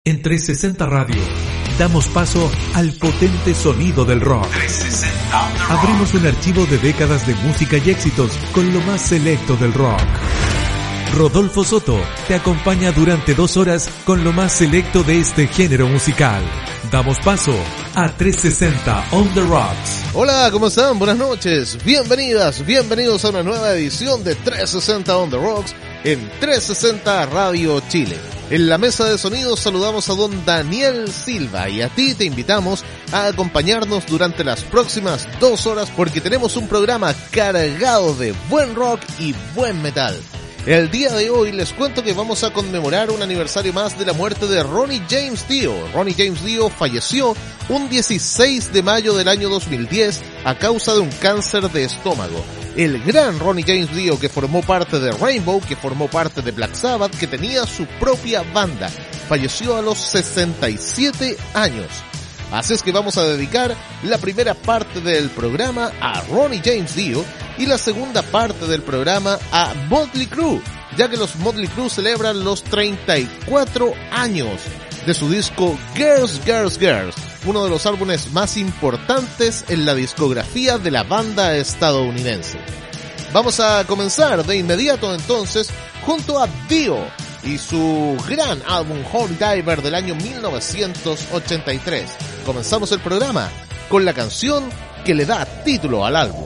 En 360 Radio damos paso al potente sonido del rock. 360 on the rock. Abrimos un archivo de décadas de música y éxitos con lo más selecto del rock. Rodolfo Soto te acompaña durante 2 horas con lo más selecto de este género musical. Damos paso a 360 on the Rocks. Hola, ¿cómo están? Buenas noches. Bienvenidos a una nueva edición de 360 on the Rocks en 360 Radio Chile. En la mesa de sonido saludamos a don Daniel Silva y a ti te invitamos a acompañarnos durante las próximas 2 horas porque tenemos un programa cargado de buen rock y buen metal. El día de hoy les cuento que vamos a conmemorar un aniversario más de la muerte de Ronnie James Dio. Ronnie James Dio falleció un 16 de mayo del año 2010 a causa de un cáncer de estómago. El gran Ronnie James Dio, que formó parte de Rainbow, que formó parte de Black Sabbath, que tenía su propia banda, falleció a los 67 años. Así es que vamos a dedicar la primera parte del programa a Ronnie James Dio y la segunda parte del programa a Motley Crue, ya que los Motley Crue celebran los 34 años de su disco Girls, Girls, Girls, uno de los álbumes más importantes en la discografía de la banda estadounidense. Vamos a comenzar de inmediato entonces junto a Dio y su gran álbum Holy Diver del año 1983. Comenzamos el programa con la canción que le da título al álbum.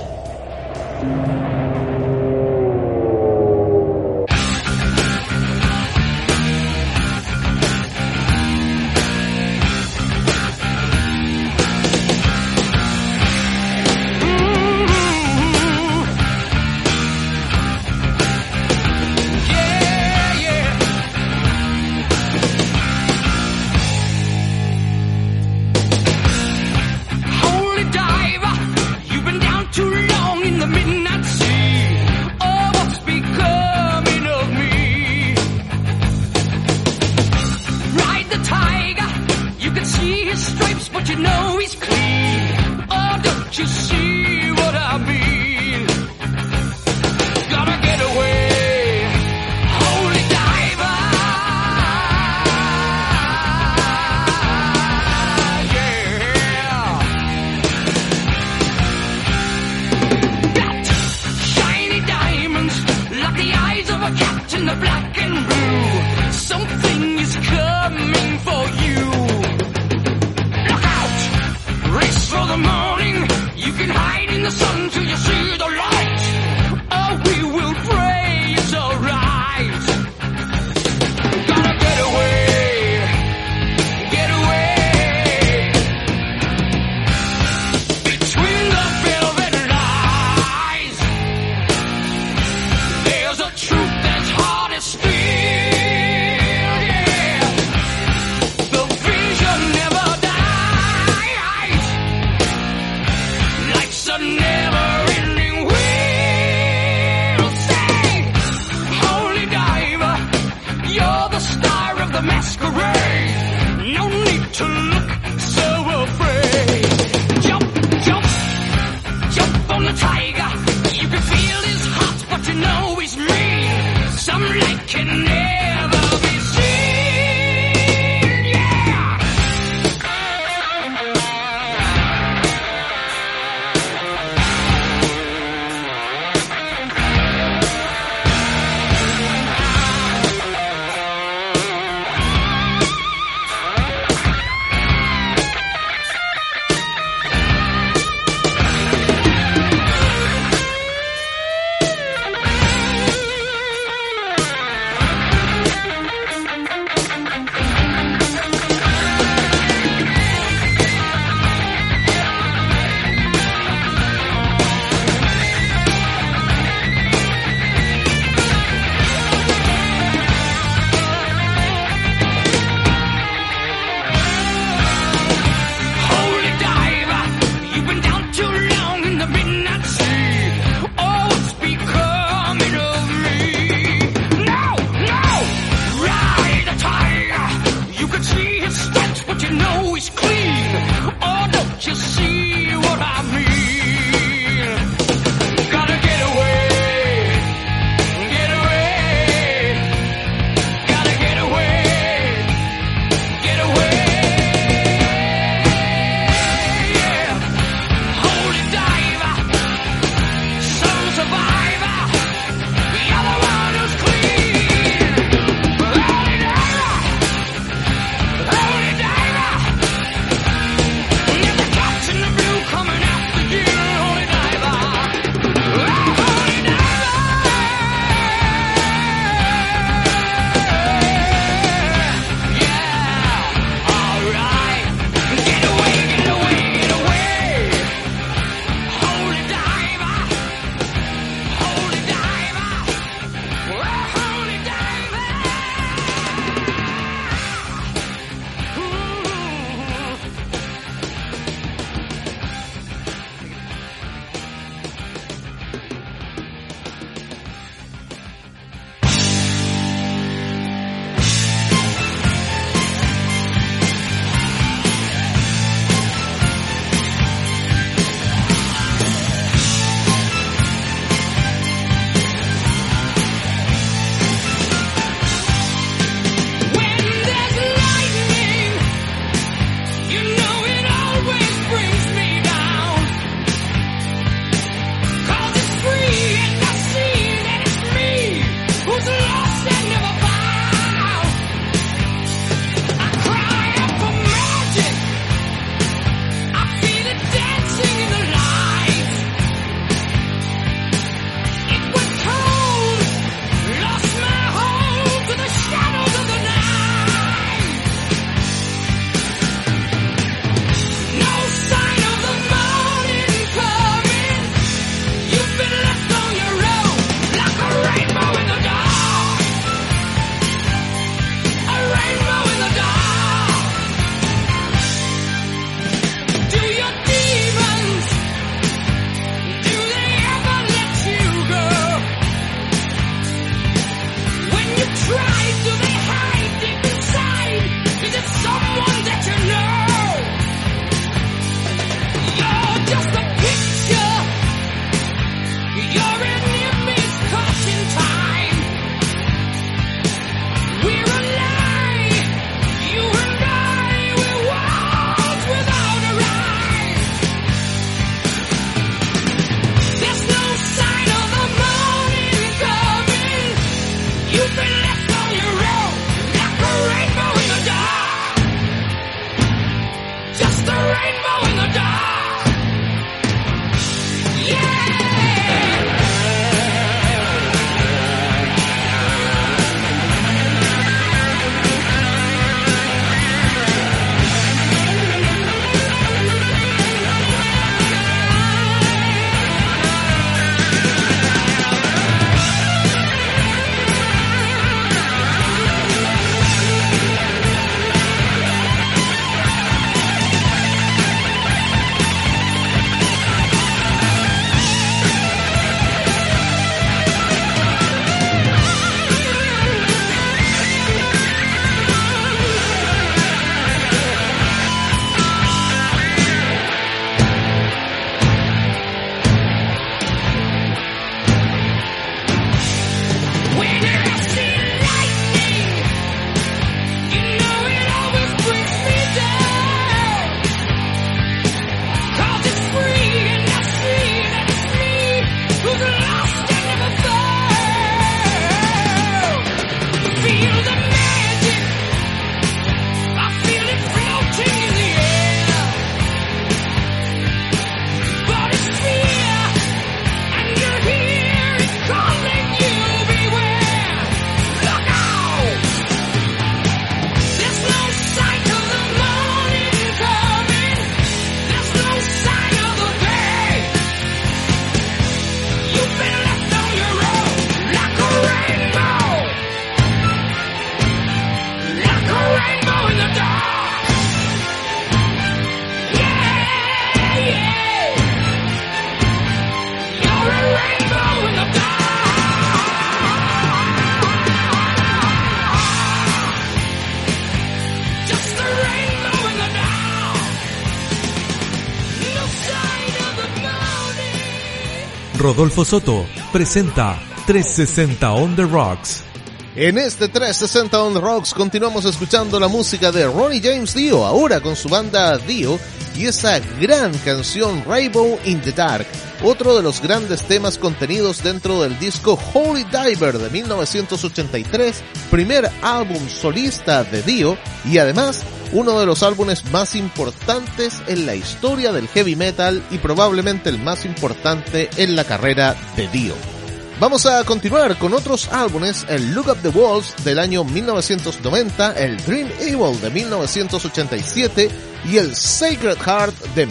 Rodolfo Soto presenta 360 on the Rocks. En este 360 on the Rocks continuamos escuchando la música de Ronnie James Dio, ahora con su banda Dio, y esa gran canción Rainbow in the Dark, otro de los grandes temas contenidos dentro del disco Holy Diver de 1983, primer álbum solista de Dio y además uno de los álbumes más importantes en la historia del heavy metal y probablemente el más importante en la carrera de Dio. Vamos a continuar con otros álbumes, el Look Up the Walls del año 1990, el Dream Evil de 1987 y el Sacred Heart de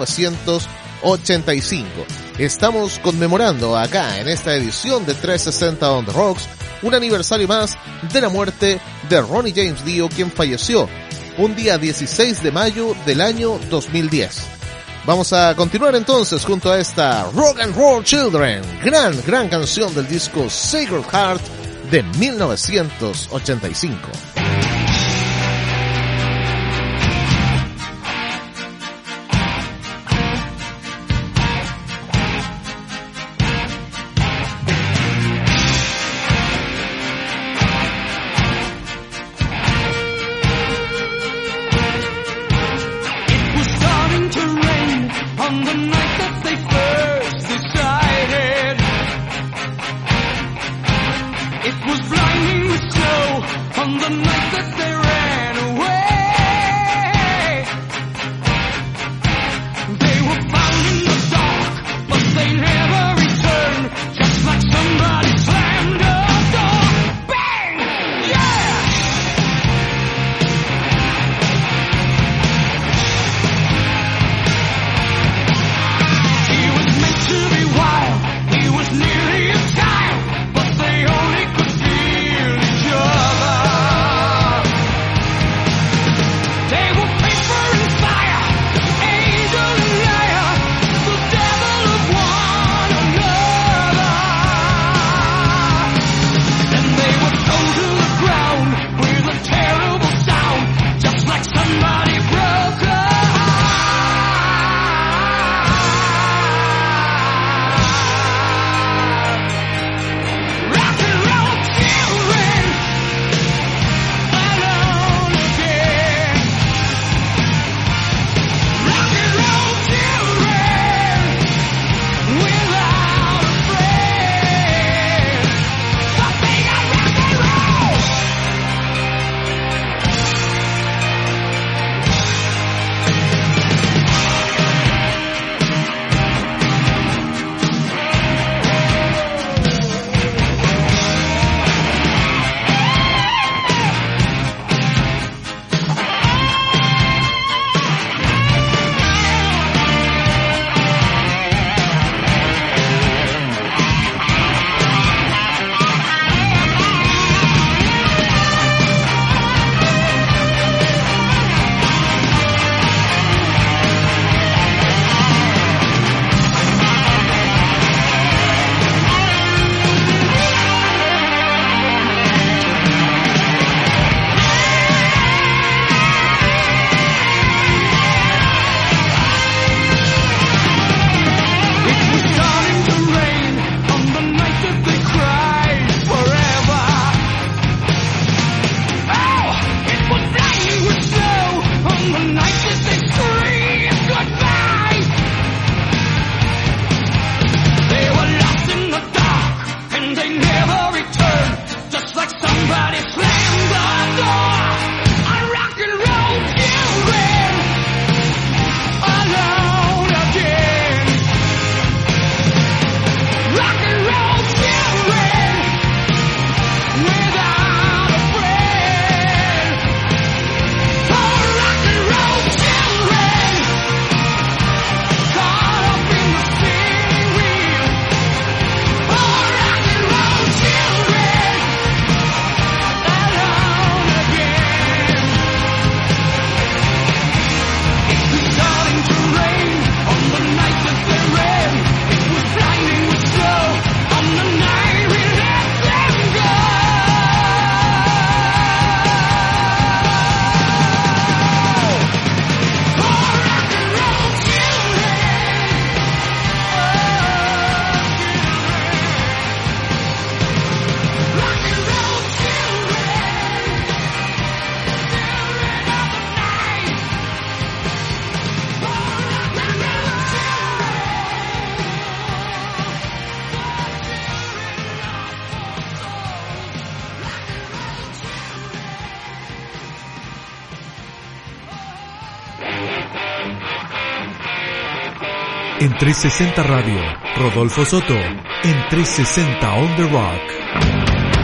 1985. Estamos conmemorando acá en esta edición de 360 on the Rocks un aniversario más de la muerte de Ronnie James Dio, quien falleció un día 16 de mayo del año 2010. Vamos a continuar entonces junto a esta Rock and Roll Children, gran canción del disco Sacred Heart de 1985. On the night En 360 Radio, Rodolfo Soto, en 360 On The Rock.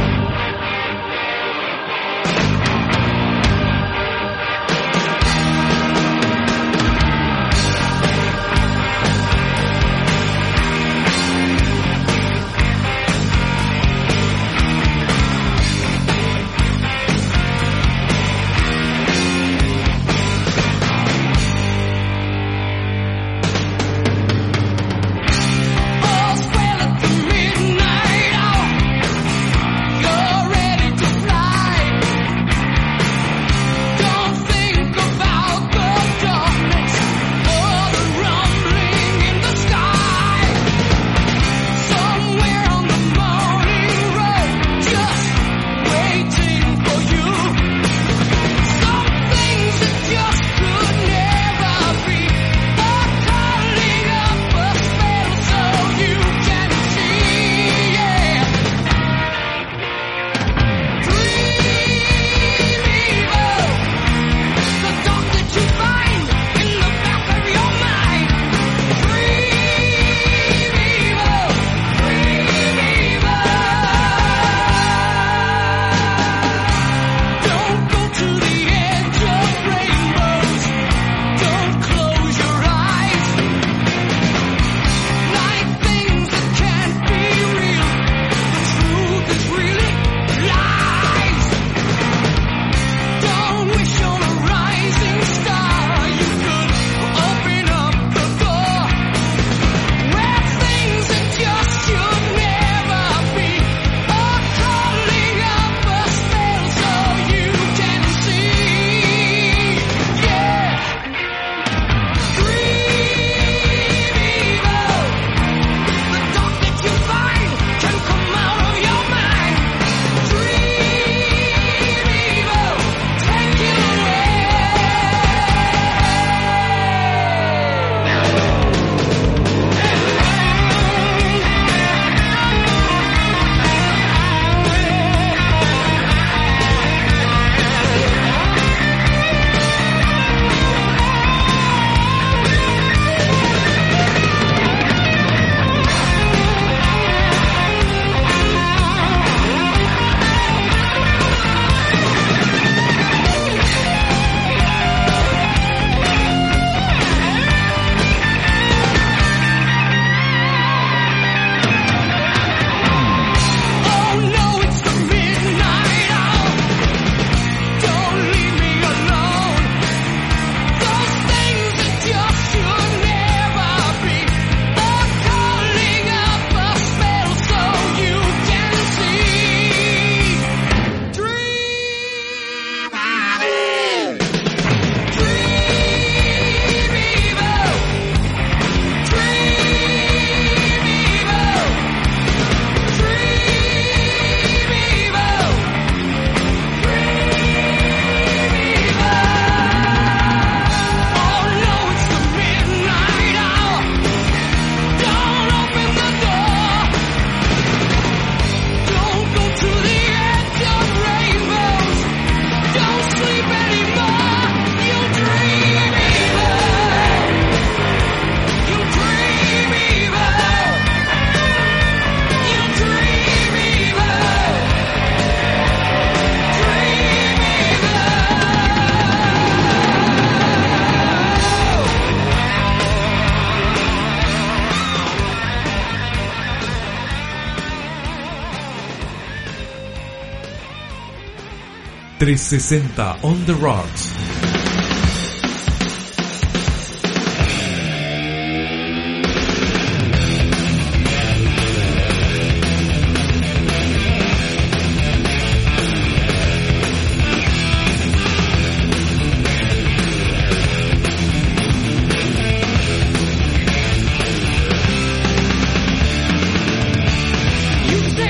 .360 On The Rocks.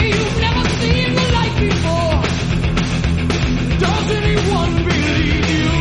Does anyone believe you?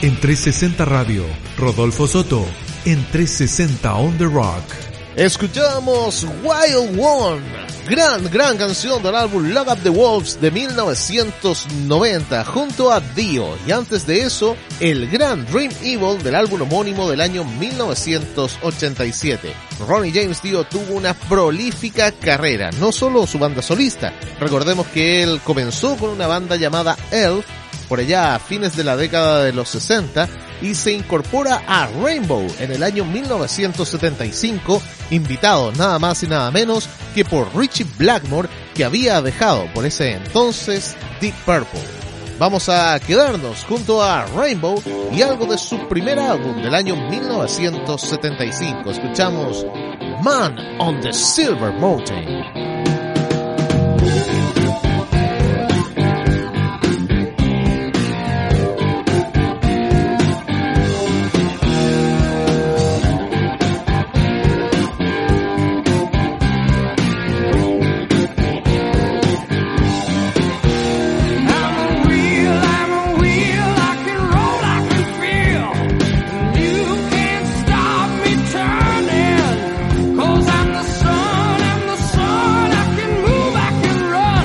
En 360 Radio, Rodolfo Soto, en 360 On The Rock. Escuchamos Wild One, gran canción del álbum Lock Up the Wolves de 1990 junto a Dio, y antes de eso el gran Dream Evil del álbum homónimo del año 1987. Ronnie James Dio tuvo una prolífica carrera, no solo su banda solista. Recordemos que él comenzó con una banda llamada Elf por allá a fines de la década de los 60 y se incorpora a Rainbow en el año 1975, invitado nada más y nada menos que por Ritchie Blackmore, que había dejado por ese entonces Deep Purple. Vamos a quedarnos junto a Rainbow y algo de su primer álbum del año 1975. Escuchamos Man on the Silver Mountain. Run.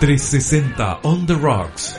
360 on the Rocks.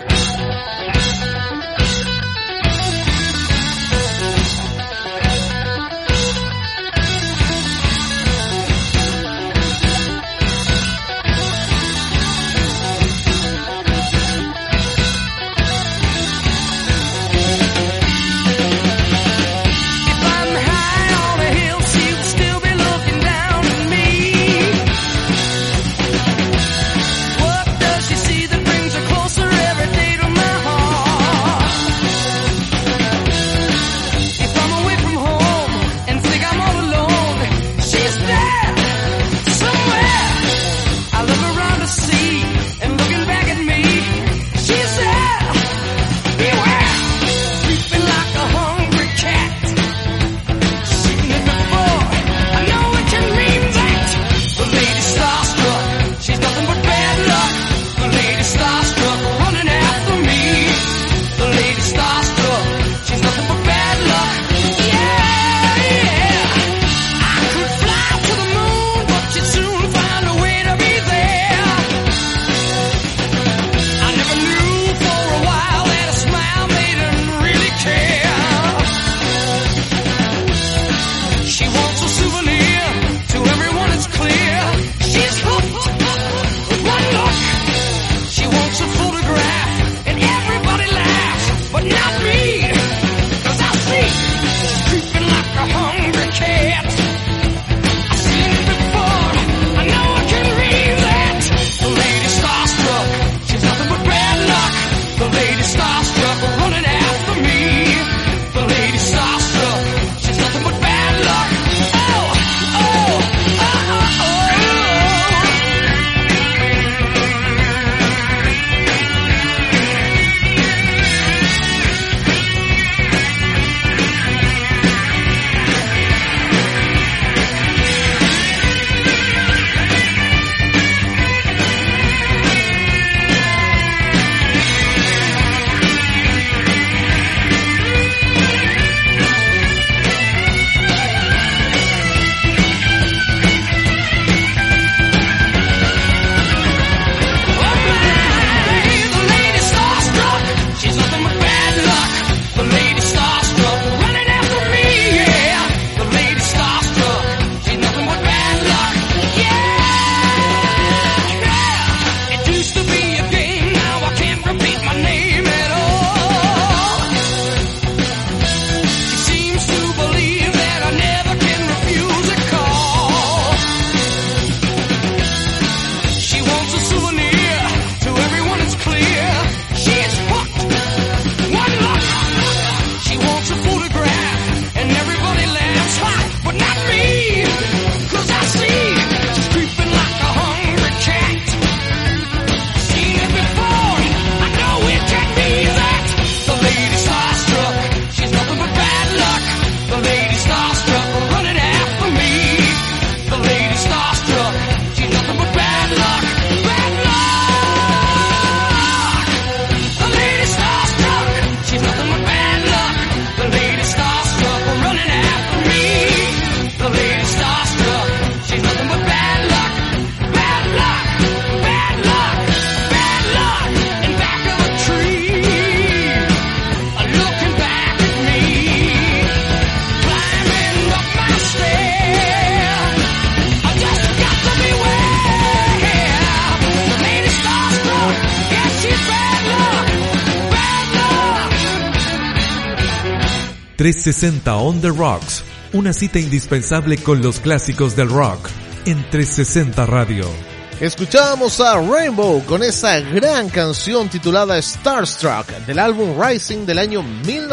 ...360 on the Rocks... una cita indispensable con los clásicos del rock... en 360 Radio. Escuchábamos a Rainbow con esa gran canción titulada Starstruck del álbum Rising del año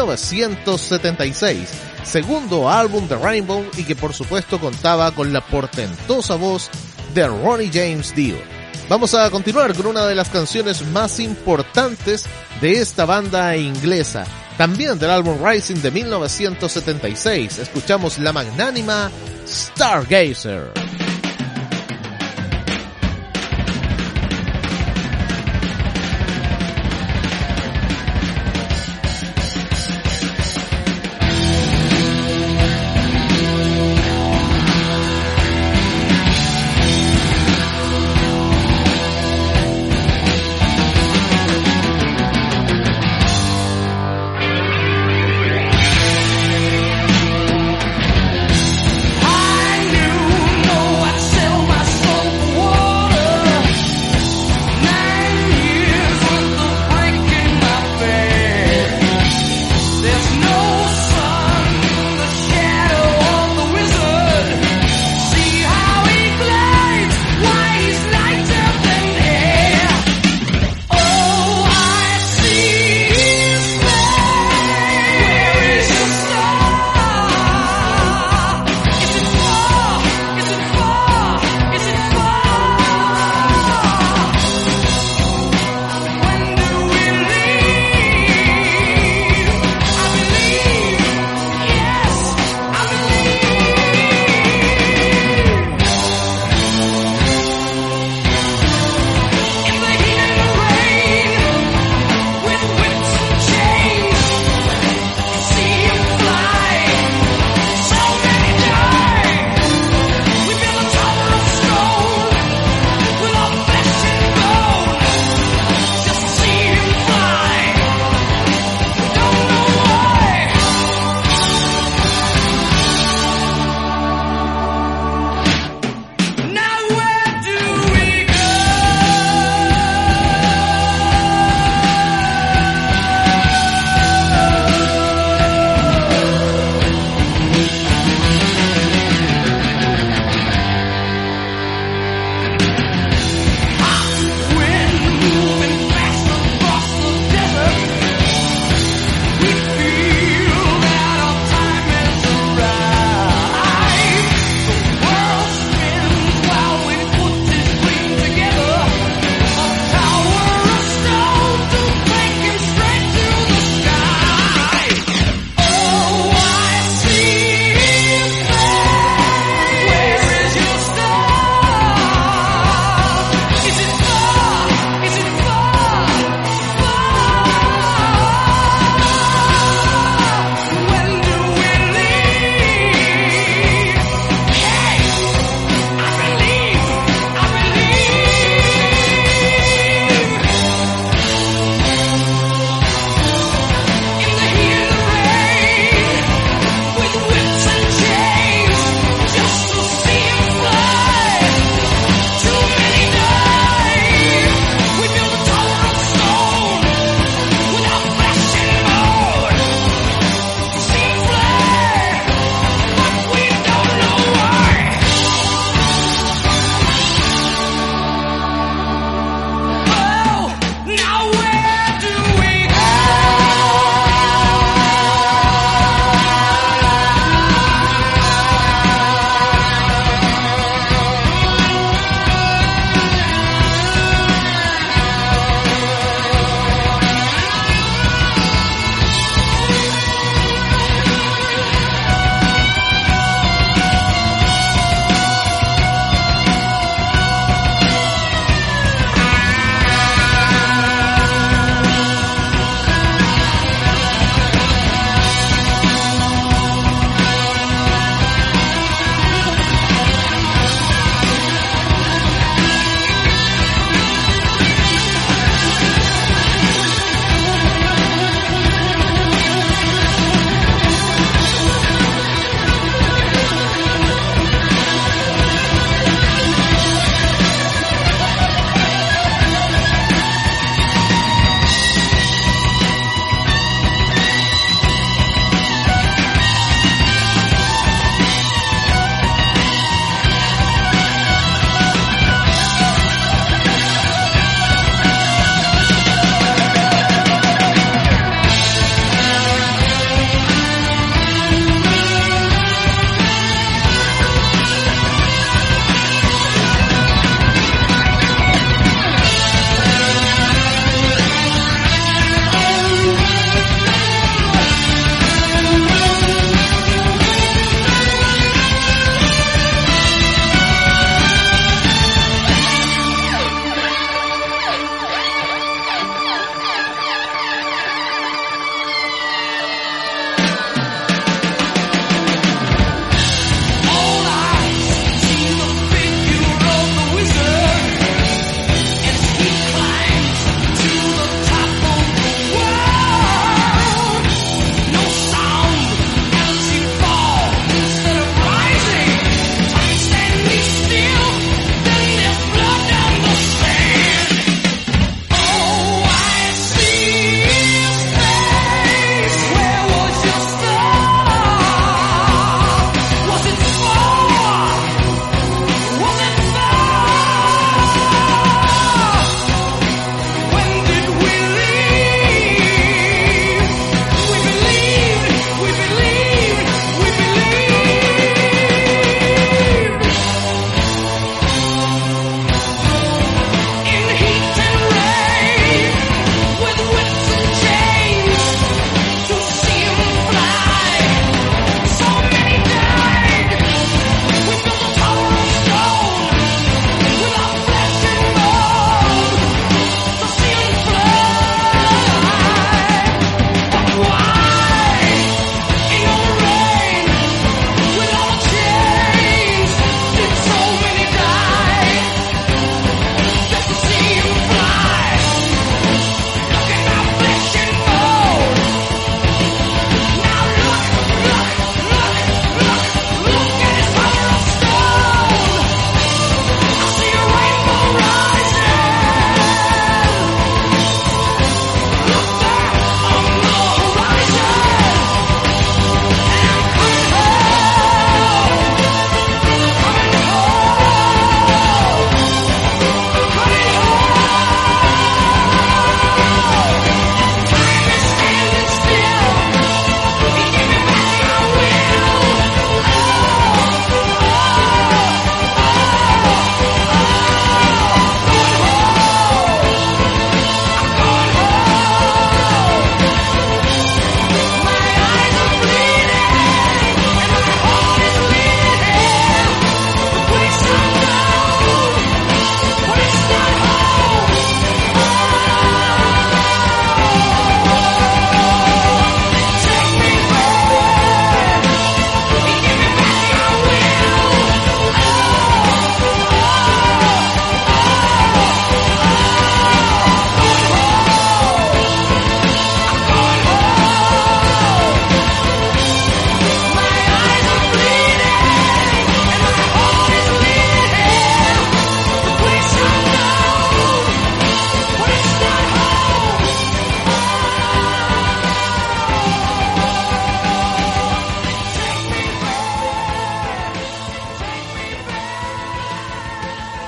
1976, segundo álbum de Rainbow y que por supuesto contaba con la portentosa voz de Ronnie James Dio. Vamos a continuar con una de las canciones más importantes de esta banda inglesa, también del álbum Rising de 1976. Escuchamos la magnánima Stargazer.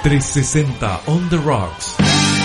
360 on the Rocks.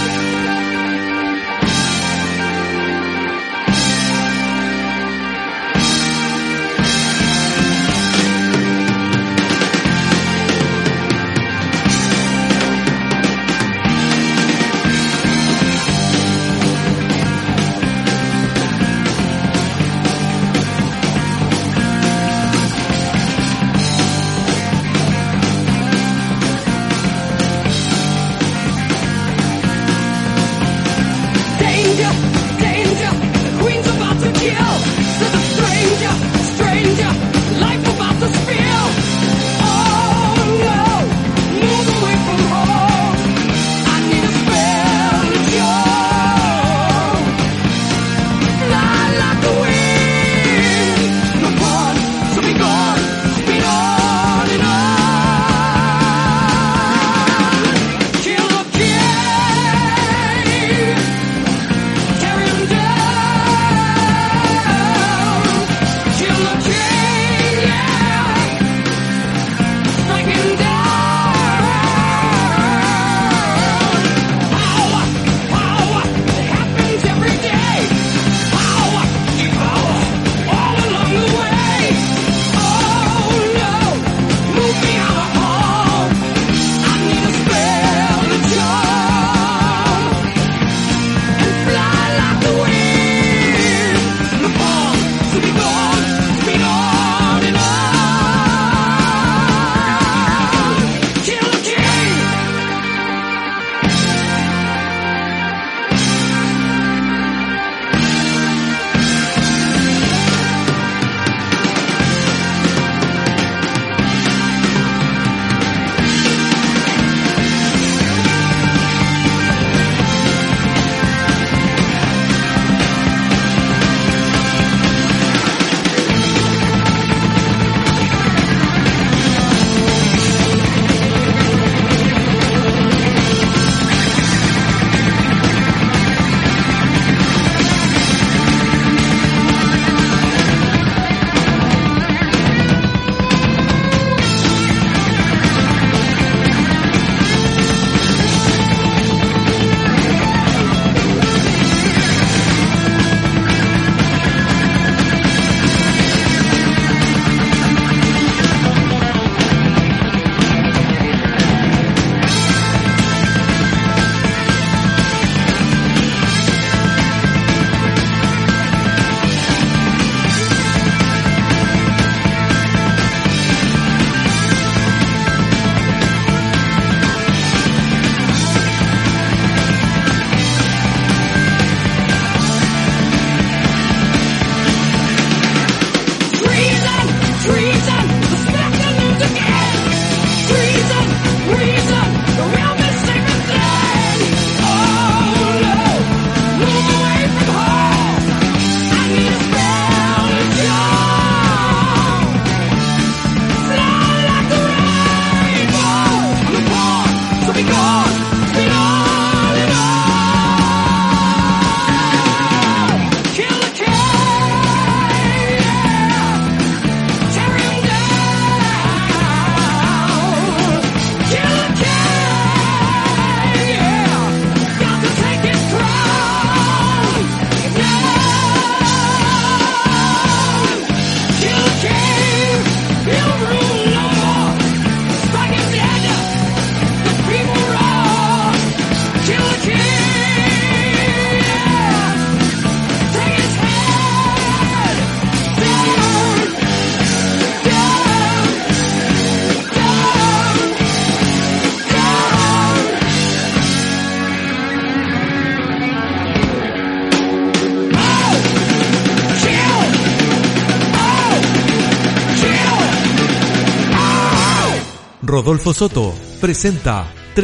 Rodolfo Soto presenta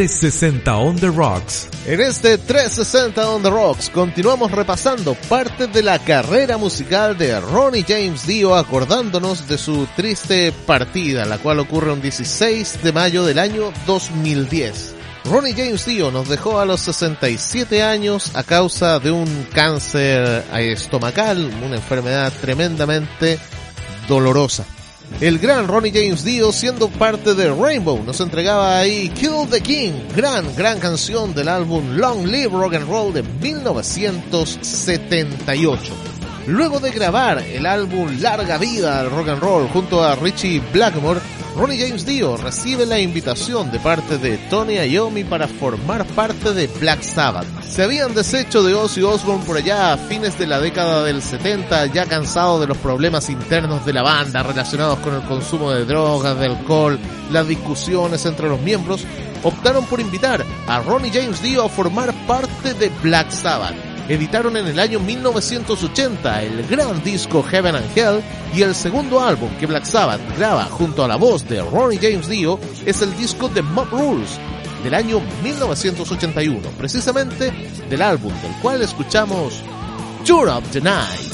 360 on the Rocks. En este 360 on the Rocks continuamos repasando parte de la carrera musical de Ronnie James Dio, acordándonos de su triste partida, la cual ocurre un 16 de mayo del año 2010. Ronnie James Dio nos dejó a los 67 años a causa de un cáncer estomacal, una enfermedad tremendamente dolorosa. El gran Ronnie James Dio, siendo parte de Rainbow, nos entregaba ahí Kill the King, gran canción del álbum Long Live Rock and Roll de 1978. Luego de grabar el álbum Larga Vida al Rock and Roll junto a Ritchie Blackmore, Ronnie James Dio recibe la invitación de parte de Tony Iommi para formar parte de Black Sabbath. Se habían deshecho de Ozzy Osbourne por allá a fines de la década del 70, ya cansado de los problemas internos de la banda relacionados con el consumo de drogas, de alcohol, las discusiones entre los miembros. Optaron por invitar a Ronnie James Dio a formar parte de Black Sabbath. Editaron en el año 1980 el gran disco Heaven and Hell, y el segundo álbum que Black Sabbath graba junto a la voz de Ronnie James Dio es el disco The Mob Rules del año 1981, precisamente del álbum del cual escuchamos Turn Up the Night.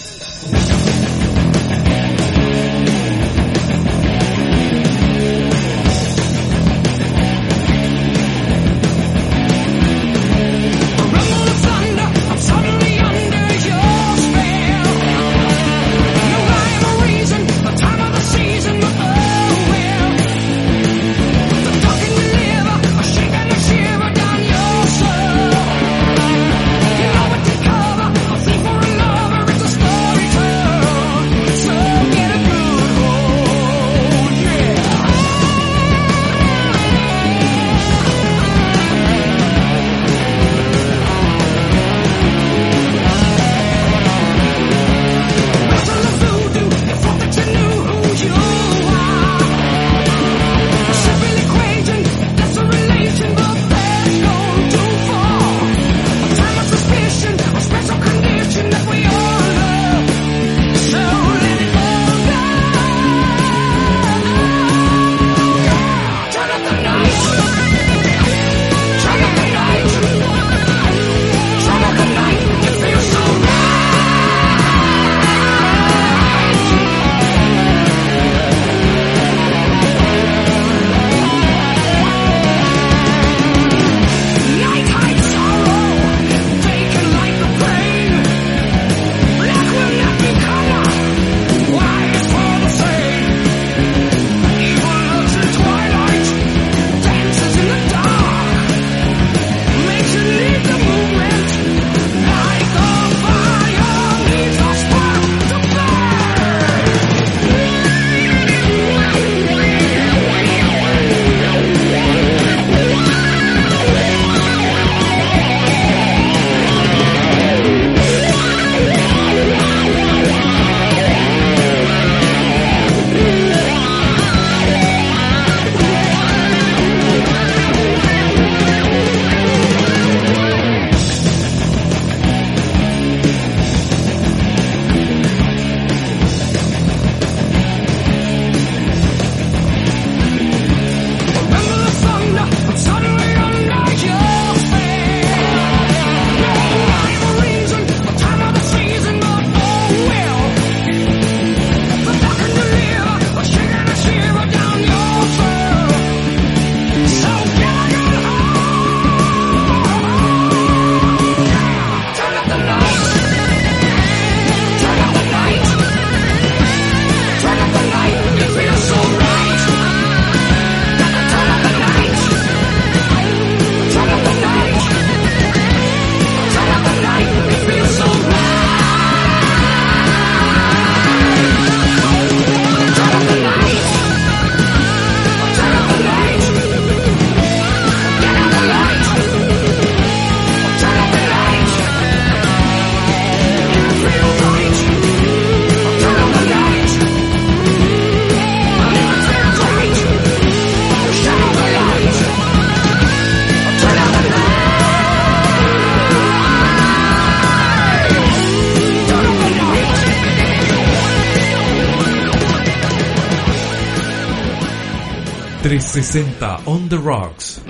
.360 on the Rocks.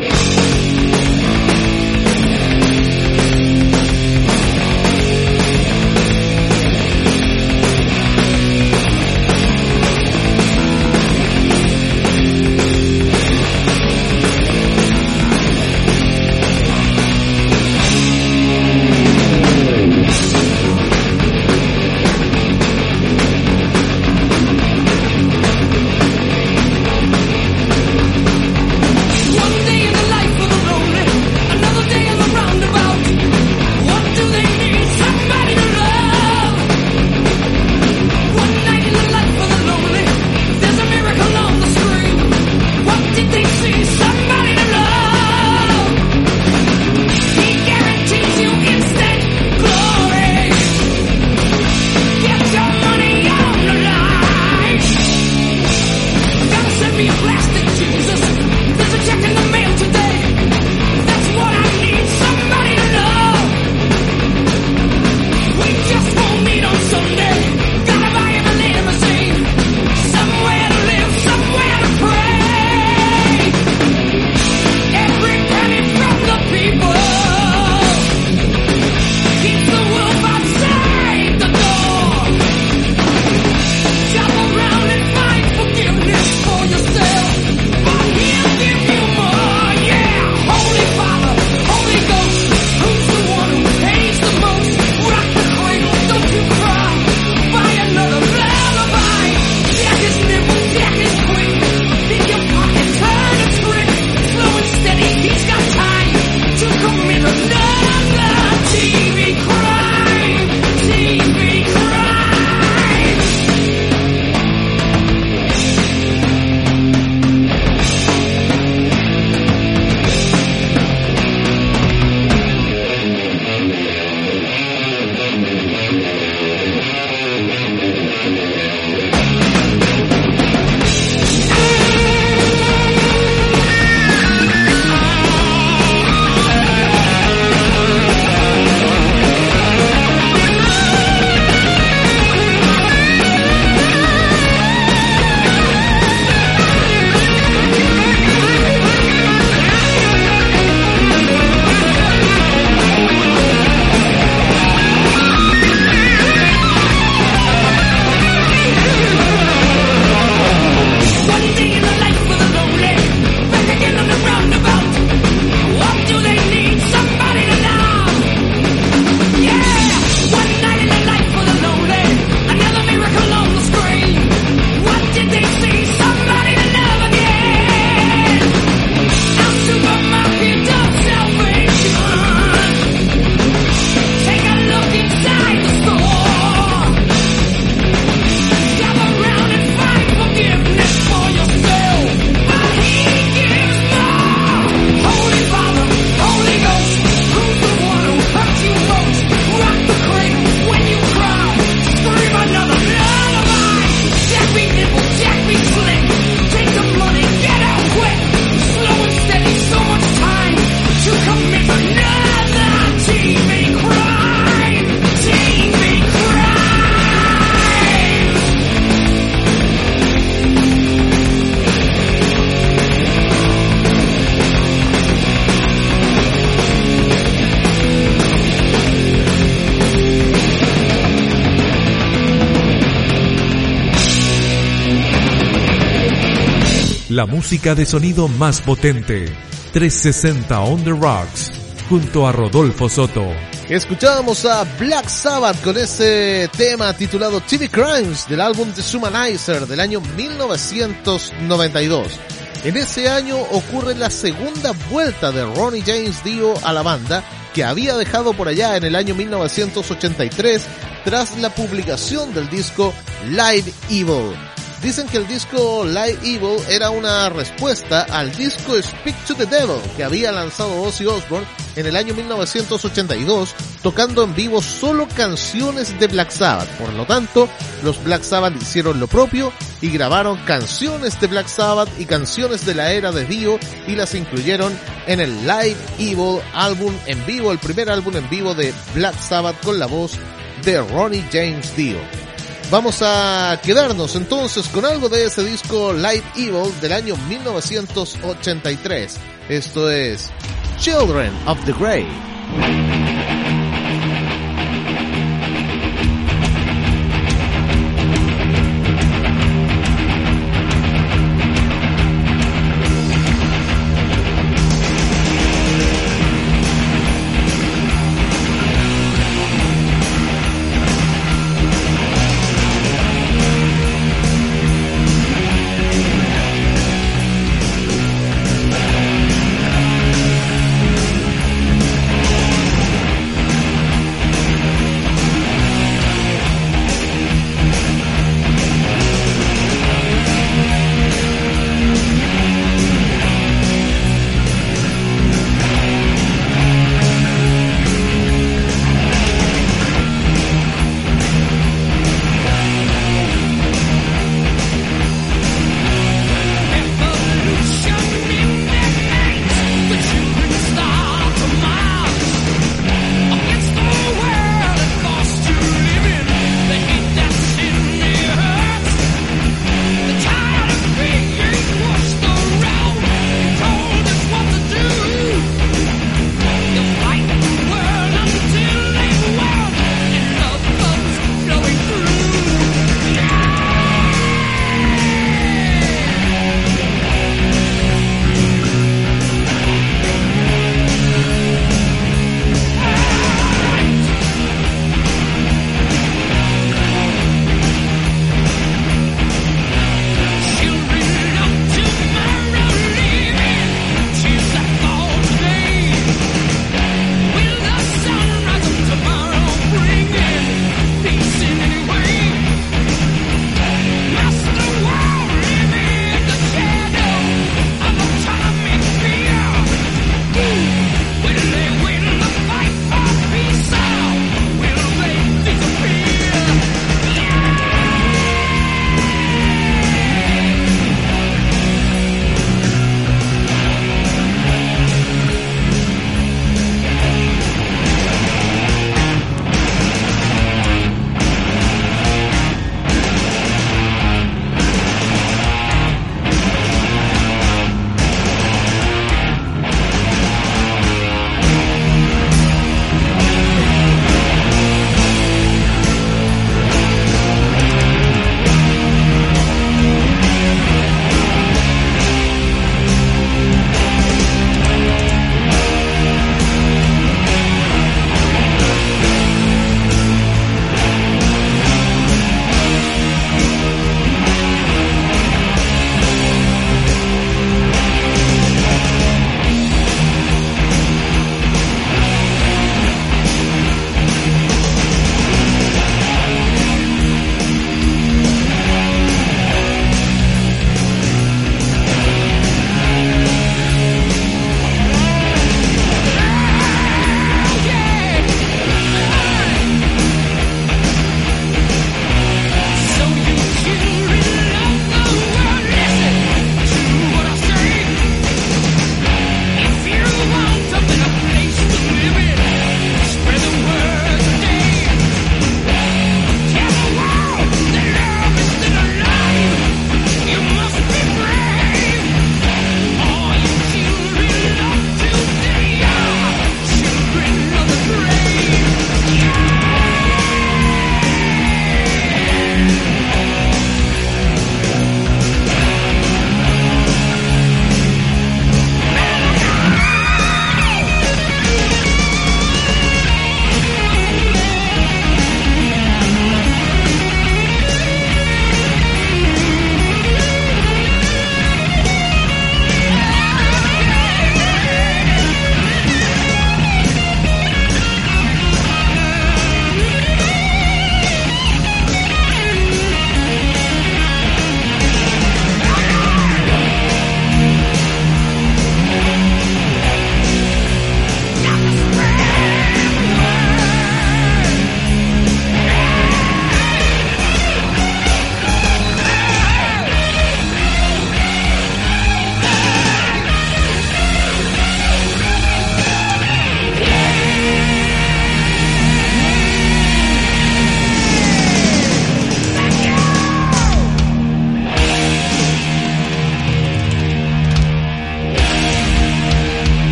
la música de sonido más potente. 360 on the Rocks, junto a Rodolfo Soto. Escuchábamos a Black Sabbath con ese tema titulado TV Crimes del álbum Deshumanizer del año 1992. En ese año ocurre la segunda vuelta de Ronnie James Dio a la banda, que había dejado por allá en el año 1983 tras la publicación del disco Live Evil. Dicen que el disco Live Evil era una respuesta al disco Speak to the Devil que había lanzado Ozzy Osbourne en el año 1982, tocando en vivo solo canciones de Black Sabbath. Por lo tanto, los Black Sabbath hicieron lo propio y grabaron canciones de Black Sabbath y canciones de la era de Dio y las incluyeron en el Live Evil álbum en vivo, el primer álbum en vivo de Black Sabbath con la voz de Ronnie James Dio. Vamos a quedarnos entonces con algo de ese disco Live Evil del año 1983. Esto es Children of the Grave.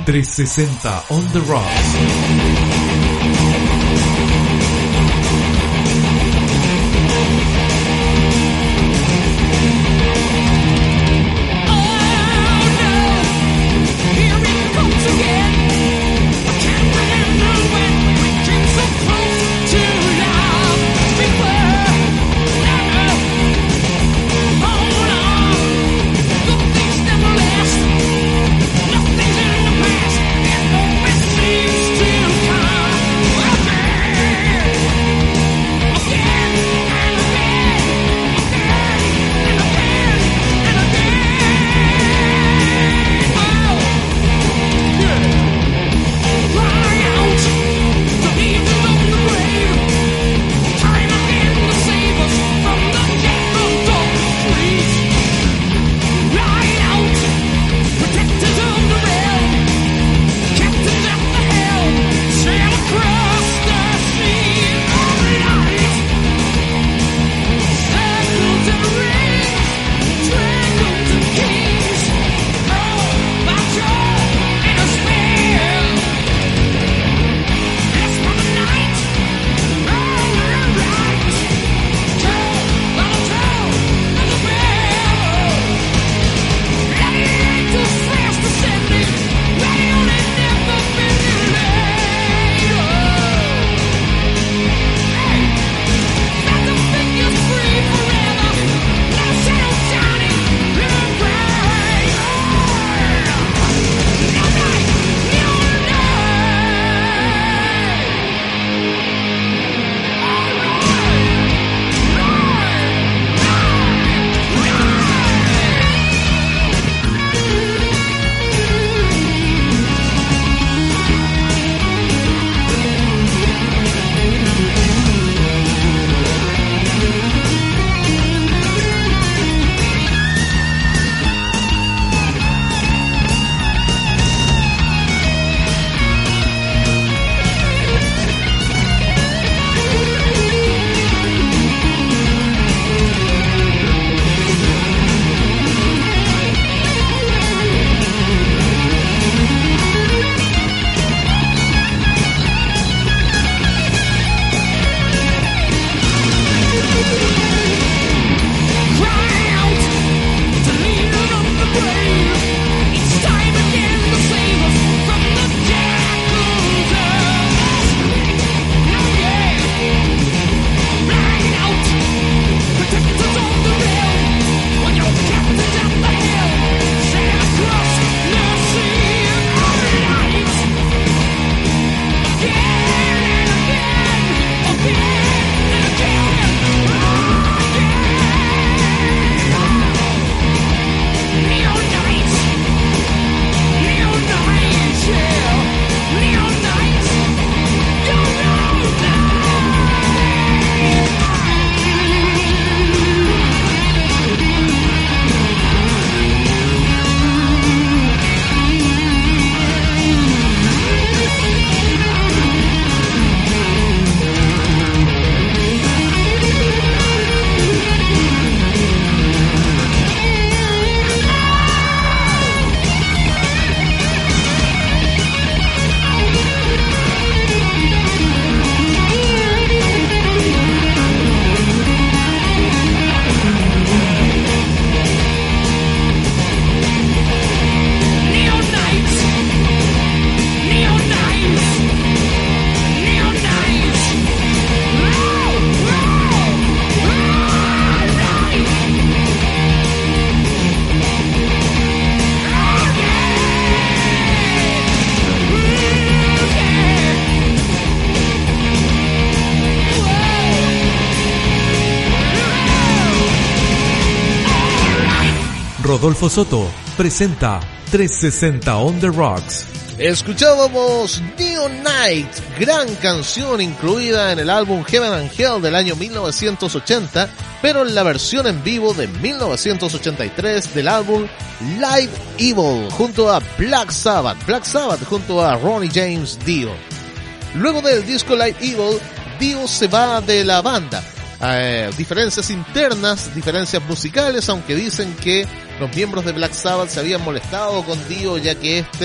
360 on the Rocks. Rodolfo Soto presenta 360 on the Rocks. Escuchábamos Neon Night, gran canción incluida en el álbum Heaven and Hell del año 1980, pero en la versión en vivo de 1983 del álbum Live Evil junto a Black Sabbath junto a Ronnie James Dio. Luego del disco Live Evil, Dio se va de la banda. Diferencias internas, diferencias musicales, aunque dicen que los miembros de Black Sabbath se habían molestado con Dio ya que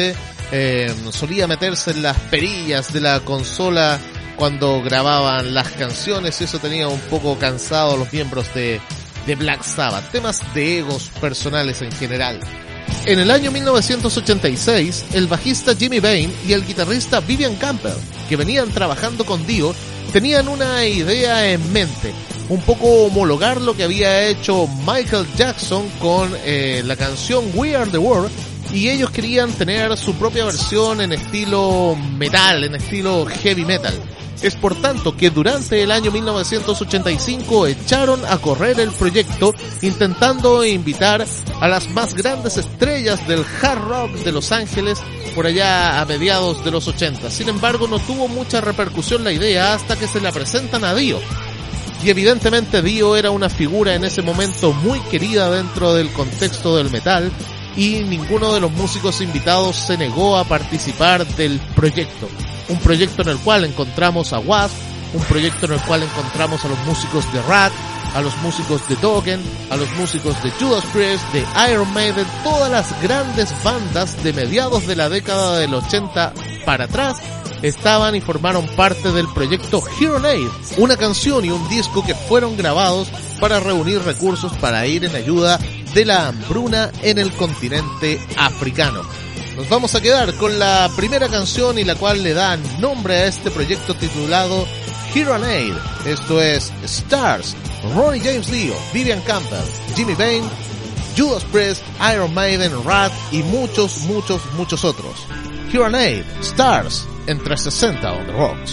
solía meterse en las perillas de la consola cuando grababan las canciones, y eso tenía un poco cansado a los miembros de Black Sabbath, temas de egos personales en general. En el año 1986, el bajista Jimmy Bain y el guitarrista Vivian Campbell, que venían trabajando con Dio, tenían una idea en mente, un poco homologar lo que había hecho Michael Jackson con la canción We Are The World, y ellos querían tener su propia versión en estilo metal, en estilo heavy metal. Es por tanto que durante el año 1985 echaron a correr el proyecto, intentando invitar a las más grandes estrellas del hard rock de Los Ángeles por allá a mediados de los 80. Sin embargo, no tuvo mucha repercusión la idea hasta que se la presentan a Dio. Y evidentemente Dio era una figura en ese momento muy querida dentro del contexto del metal, y ninguno de los músicos invitados se negó a participar del proyecto. Un proyecto en el cual encontramos a Wasp, un proyecto en el cual encontramos a los músicos de Ratt, a los músicos de Dokken, a los músicos de Judas Priest, de Iron Maiden, todas las grandes bandas de mediados de la década del 80 para atrás estaban y formaron parte del proyecto Heronaid, una canción y un disco que fueron grabados para reunir recursos para ir en ayuda de la hambruna en el continente africano. Nos vamos a quedar con la primera canción y la cual le da nombre a este proyecto titulado Heronaid. Esto es Stars, Ronnie James Dio, Vivian Campbell, Jimmy Bain, Judas Priest, Iron Maiden, Ratt y muchos otros. Heronaid, Stars, en 360 on the Rocks.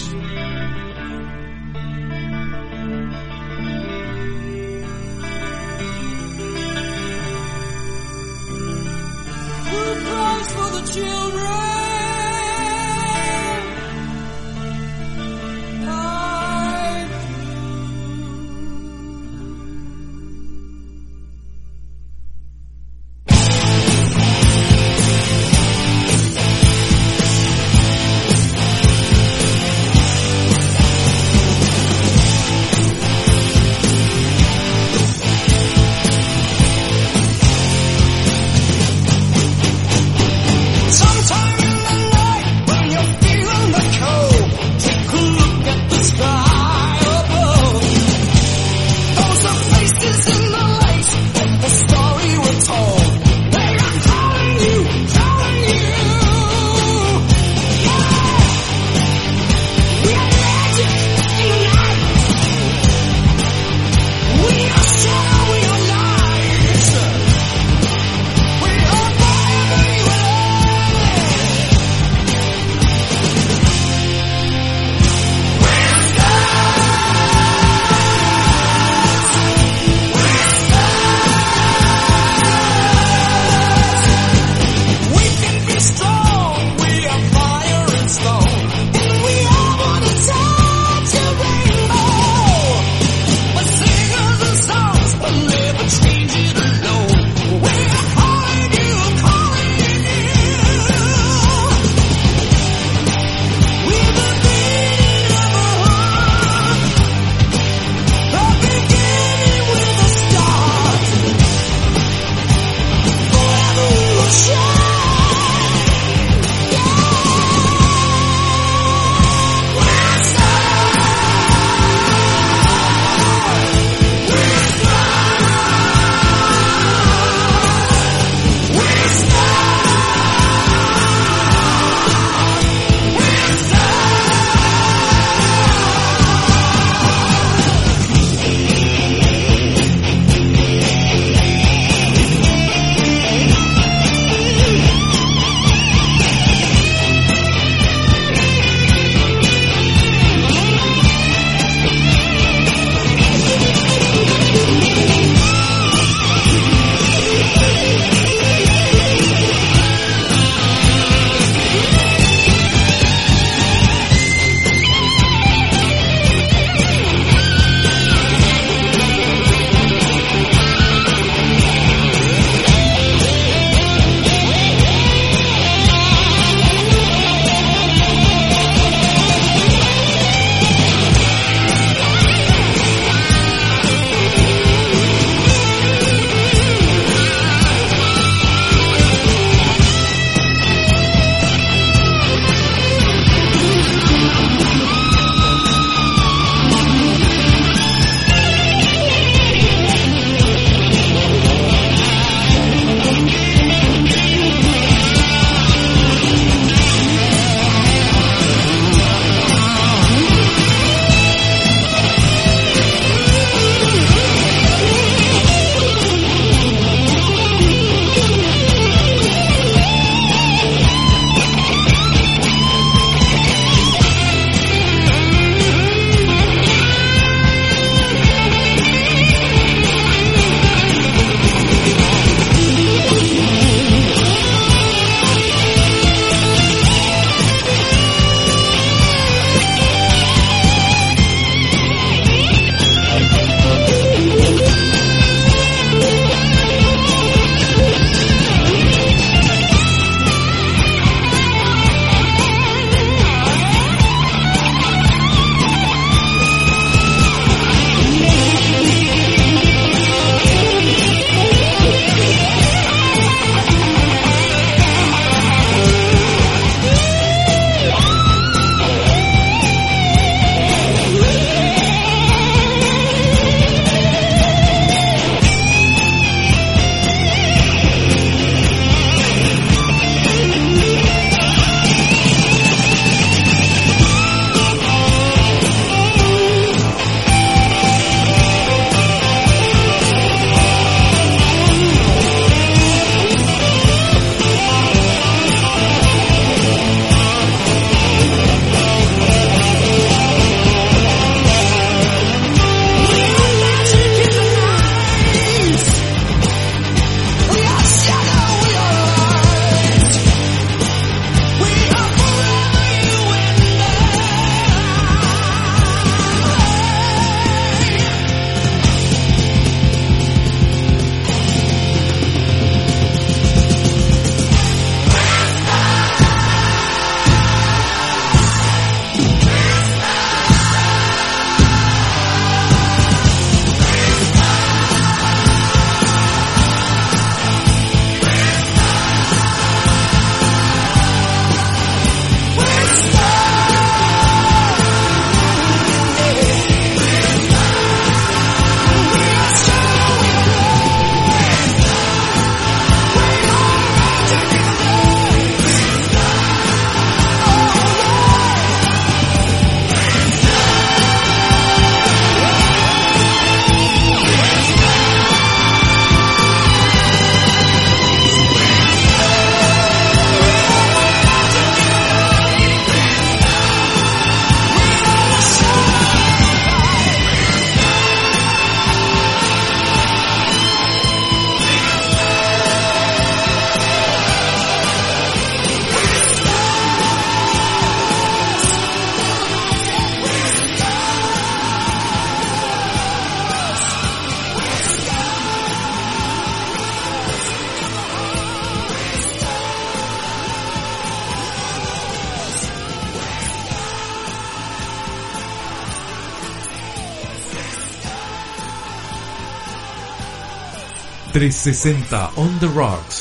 360 on the Rocks.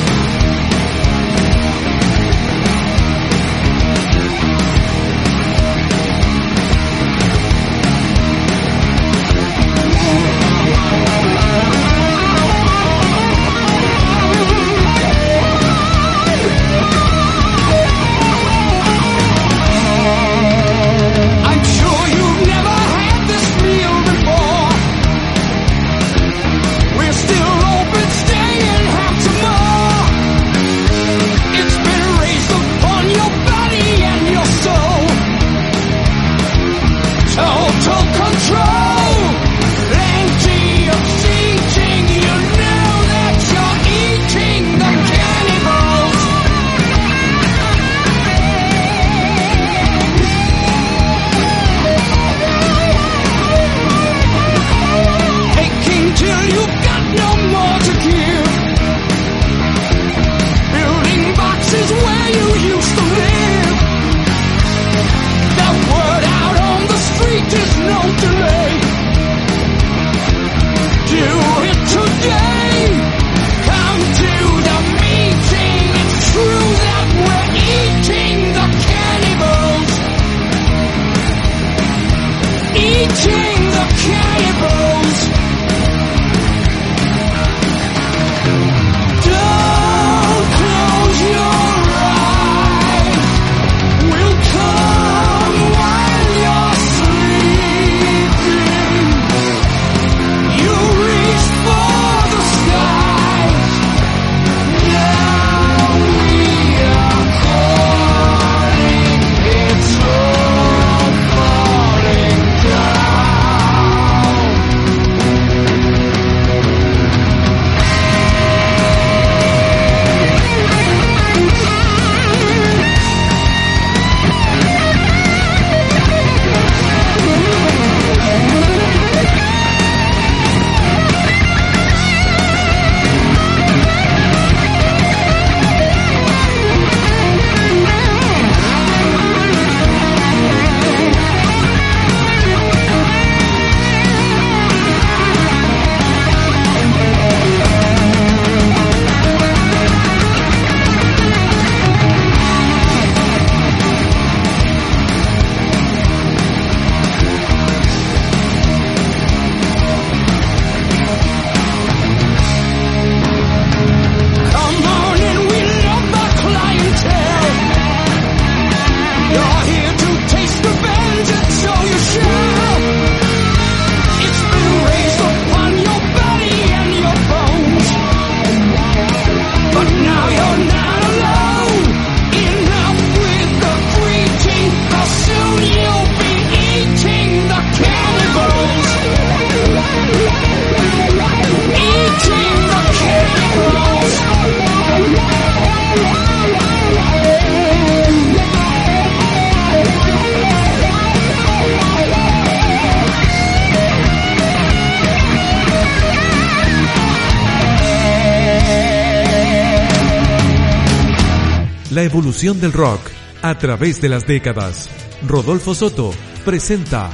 La evolución del rock a través de las décadas. Rodolfo Soto presenta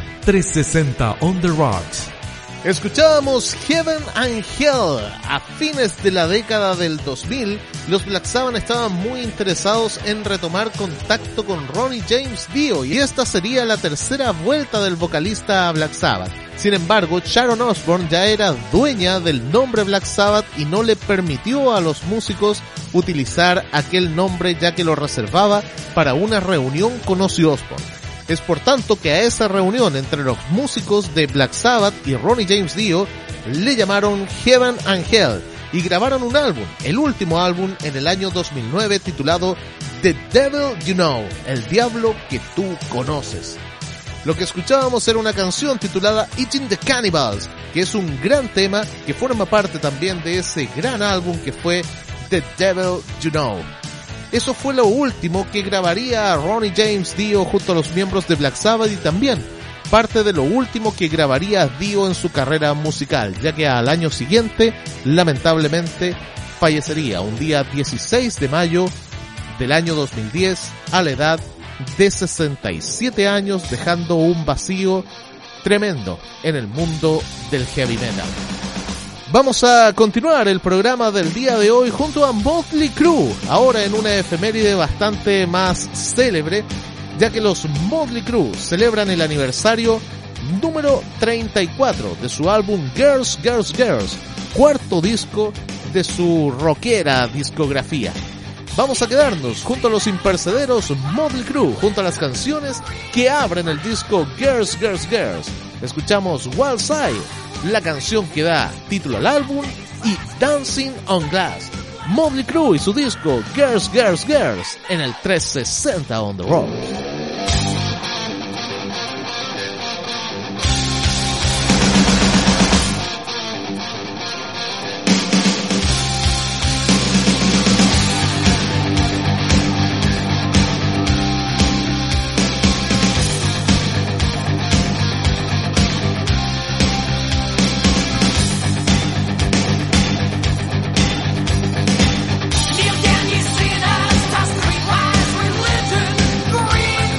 360 on the Rocks. Escuchábamos Heaven and Hell. A fines de la década del 2000, los Black Sabbath estaban muy interesados en retomar contacto con Ronnie James Dio, y esta sería la tercera vuelta del vocalista a Black Sabbath. Sin embargo, Sharon Osbourne ya era dueña del nombre Black Sabbath y no le permitió a los músicos utilizar aquel nombre, ya que lo reservaba para una reunión con Ozzy Osbourne. Es por tanto que a esa reunión entre los músicos de Black Sabbath y Ronnie James Dio le llamaron Heaven and Hell y grabaron un álbum, el último álbum en el año 2009, titulado The Devil You Know, El Diablo que Tú Conoces. Lo que escuchábamos era una canción titulada Eating the Cannibals, que es un gran tema que forma parte también de ese gran álbum que fue The Devil You Know. Eso fue lo último que grabaría Ronnie James Dio junto a los miembros de Black Sabbath, y también parte de lo último que grabaría Dio en su carrera musical, ya que al año siguiente, lamentablemente, fallecería un día 16 de mayo del año 2010 a la edad de 67 años, dejando un vacío tremendo en el mundo del heavy metal. Vamos a continuar el programa del día de hoy junto a Motley Crue, ahora en una efeméride bastante más célebre, ya que los Motley Crue celebran el aniversario número 34 de su álbum Girls, Girls, Girls, cuarto disco de su rockera discografía. Vamos a quedarnos junto a los impercederos Motley Crue, junto a las canciones que abren el disco Girls, Girls, Girls. Escuchamos Wild Side, la canción que da título al álbum, y Dancing on Glass. Motley Crue y su disco Girls, Girls, Girls en el 360 on the Rock. Can you see us? Toss streetwise religion, green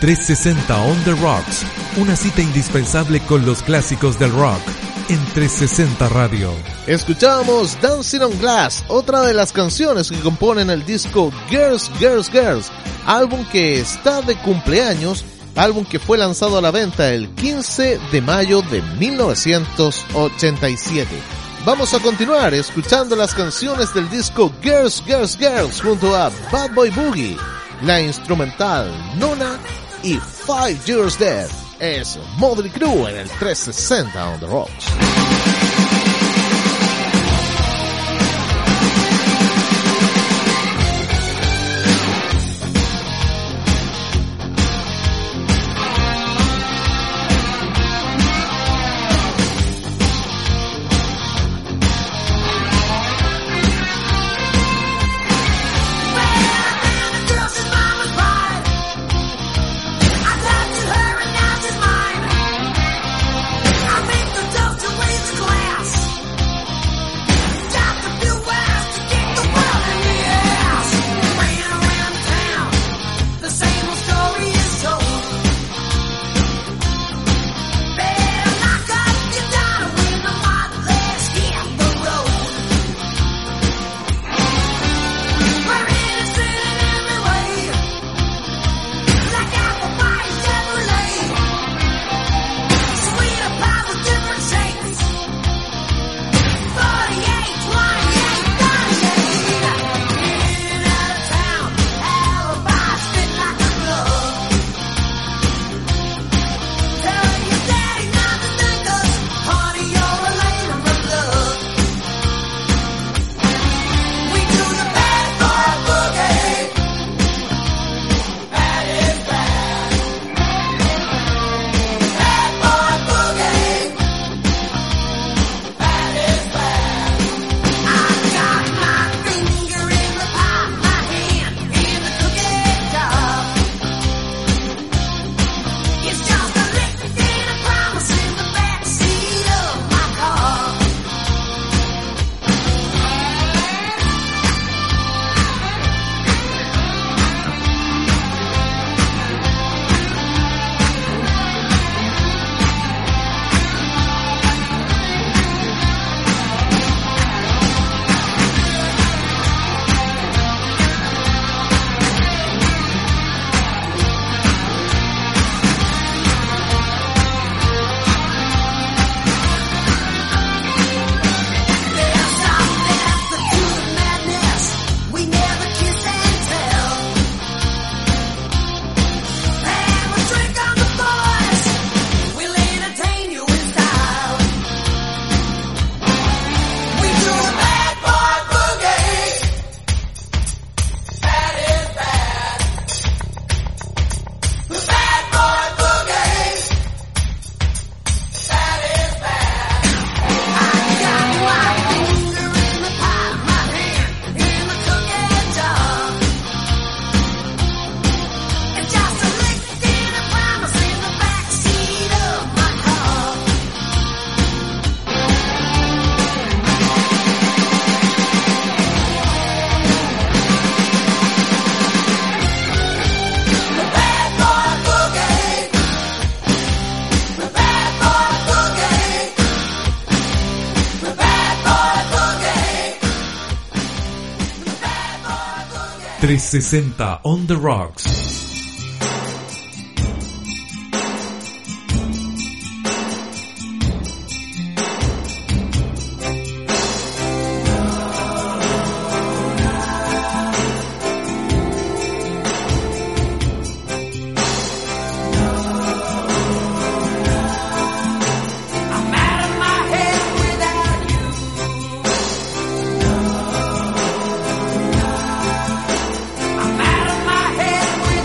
360 on the Rocks, una cita indispensable con los clásicos del rock en 360 Radio. Escuchábamos Dancing on Glass, otra de las canciones que componen el disco Girls, Girls, Girls, álbum que está de cumpleaños, álbum que fue lanzado a la venta el 15 de mayo de 1987. Vamos a continuar escuchando las canciones del disco Girls, Girls, Girls junto a Bad Boy Boogie, la instrumental Nona y 5 Years Dead. Es Mötley Crüe en el 360 on the Rocks. .360 on the Rocks. I'm out of my head with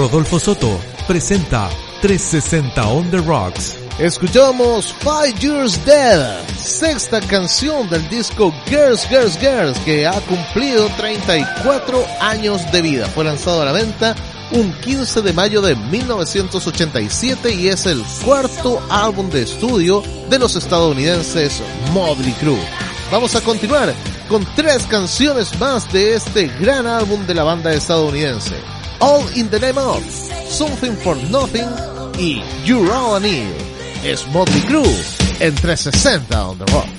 Rodolfo Soto presenta 360 on the Rocks. Escuchamos 5 Years Dead, sexta canción del disco Girls, Girls, Girls, que ha cumplido 34 años de vida. Fue lanzado a la venta un 15 de mayo de 1987 y es el cuarto álbum de estudio de los estadounidenses Mötley Crüe. Vamos a continuar con 3 canciones más de este gran álbum de la banda estadounidense: All in the Name of, Something for Nothing y You're All I Need. Es Mötley Crüe en 360 on the Rocks.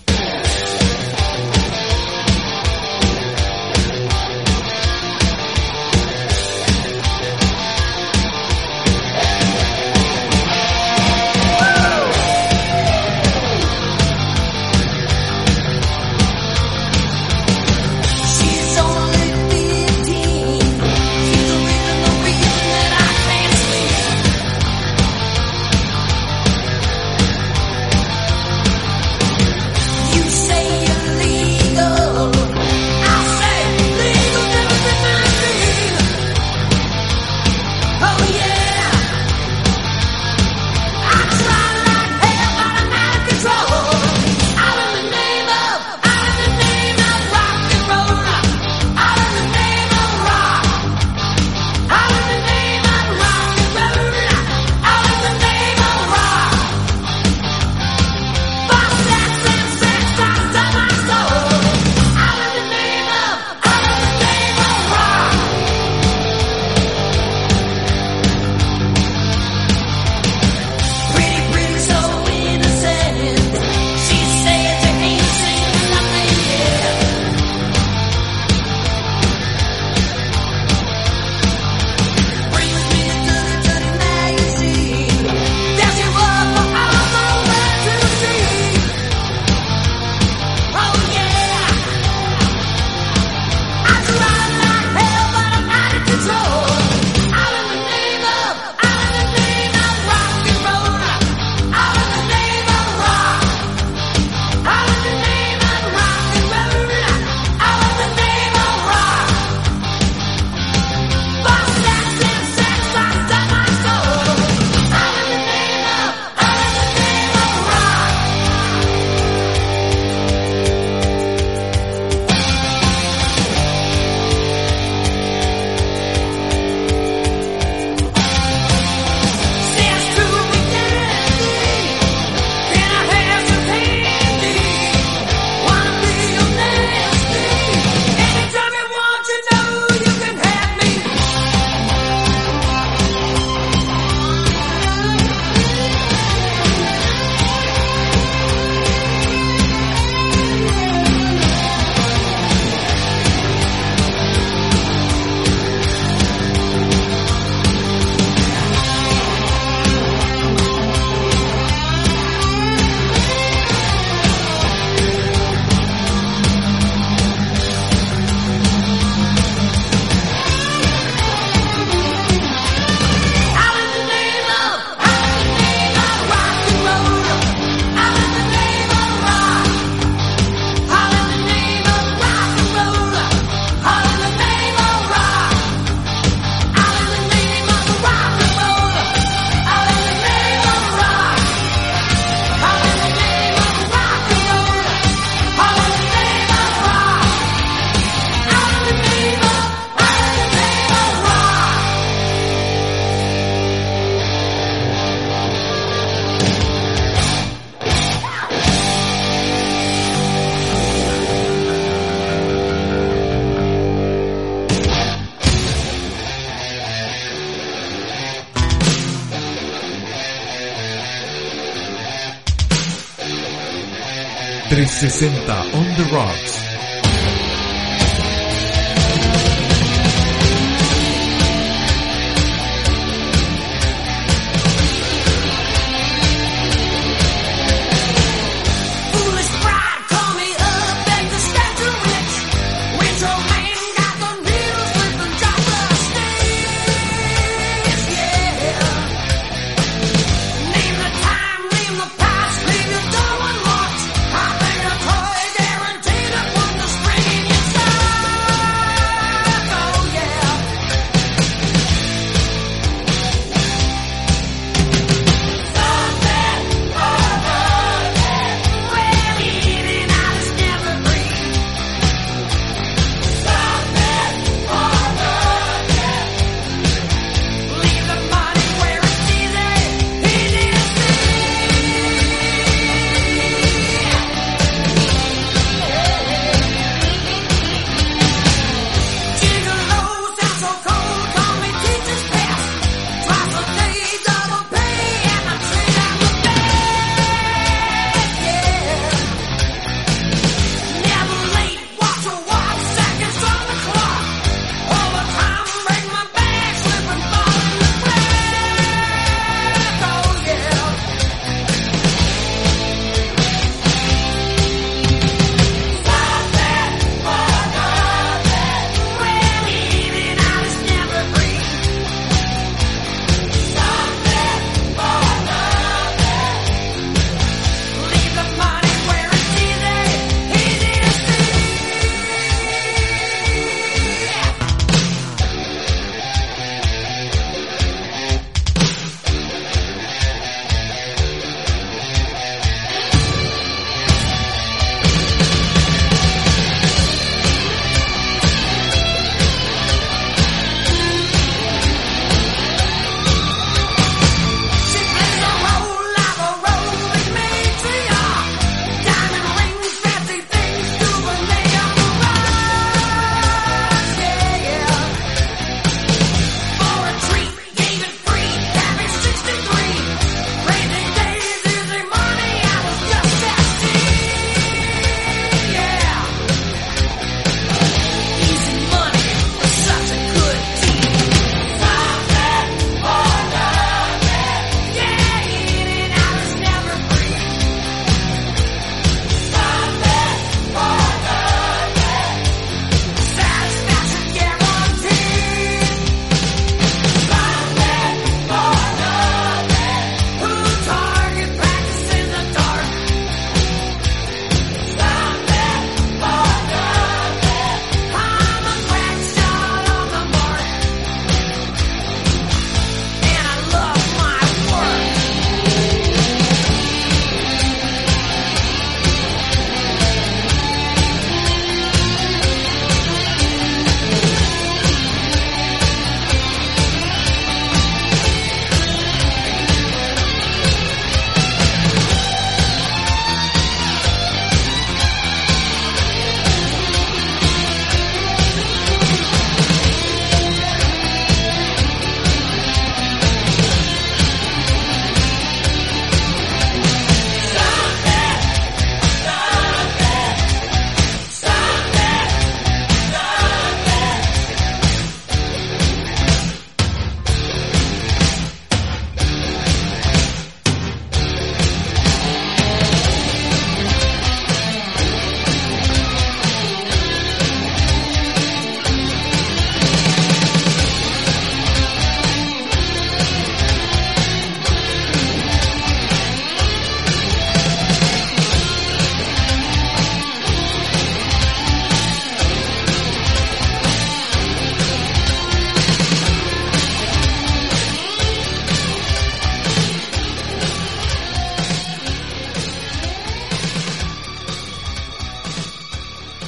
On the Rocks. Leave the past, leave your door unlocked. I bring a toy, guaranteed it.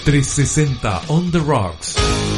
360 on the Rocks.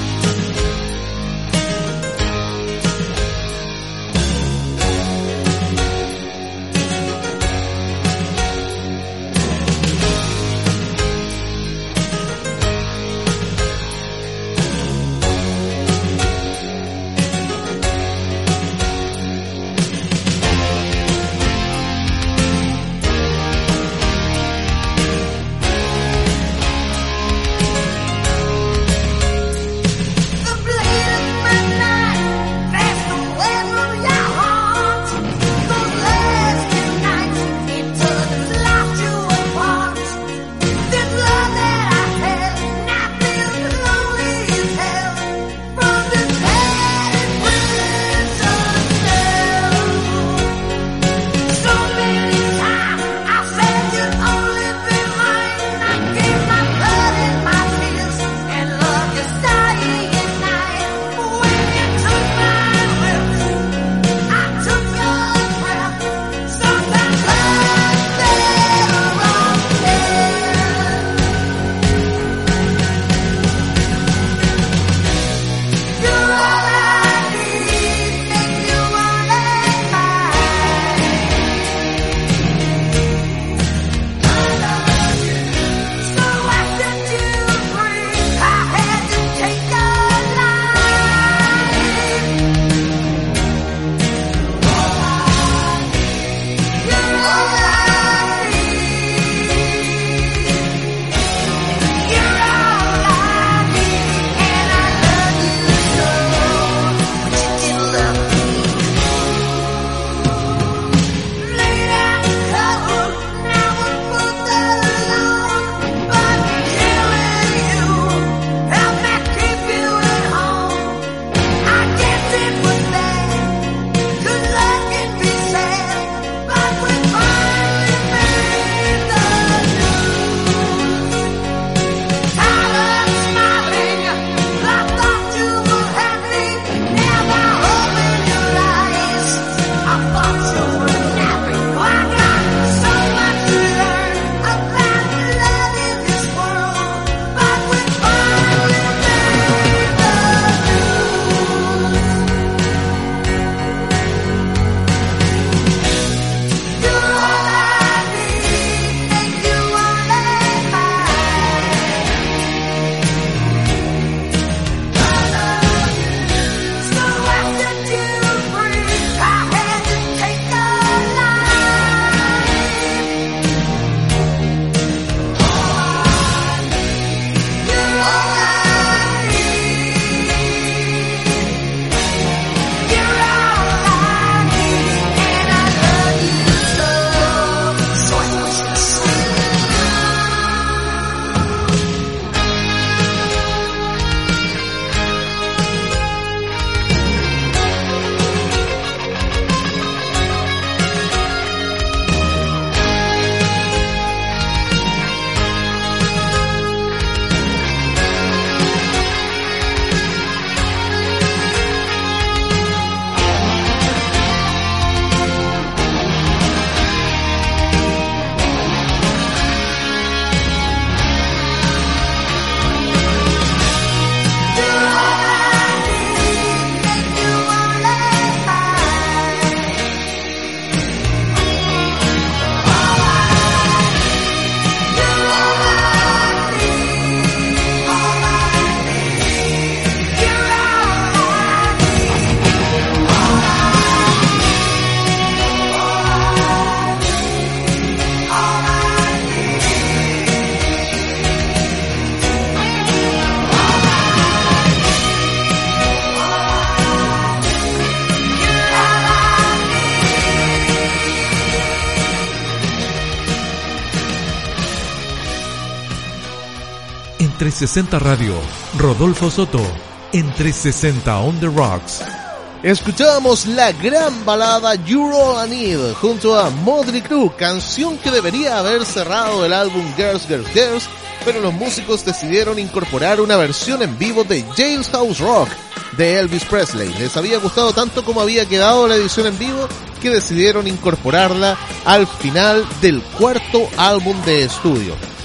En 360 Radio, Rodolfo Soto, en 360 on the Rocks. Escuchábamos la gran balada You're All I Need junto a Mötley Crüe, canción que debería haber cerrado el álbum Girls, Girls, Girls, pero los músicos decidieron incorporar una versión en vivo de Jailhouse Rock de Elvis Presley. Les había gustado tanto como había quedado la edición en vivo que decidieron incorporarla al final del cuarto álbum de estudio.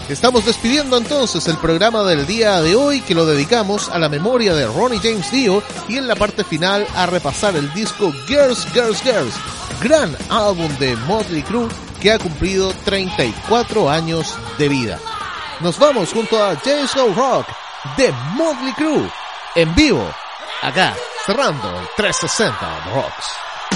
Estamos despidiendo entonces el programa del día de hoy, que lo dedicamos a la memoria de Ronnie James Dio, y en la parte final a repasar el disco Girls, Girls, Girls, gran álbum de Motley Crue que ha cumplido 34 años de vida. Nos vamos junto a James Go Rock de Motley Crue en vivo, acá, cerrando el 360 on the Rocks.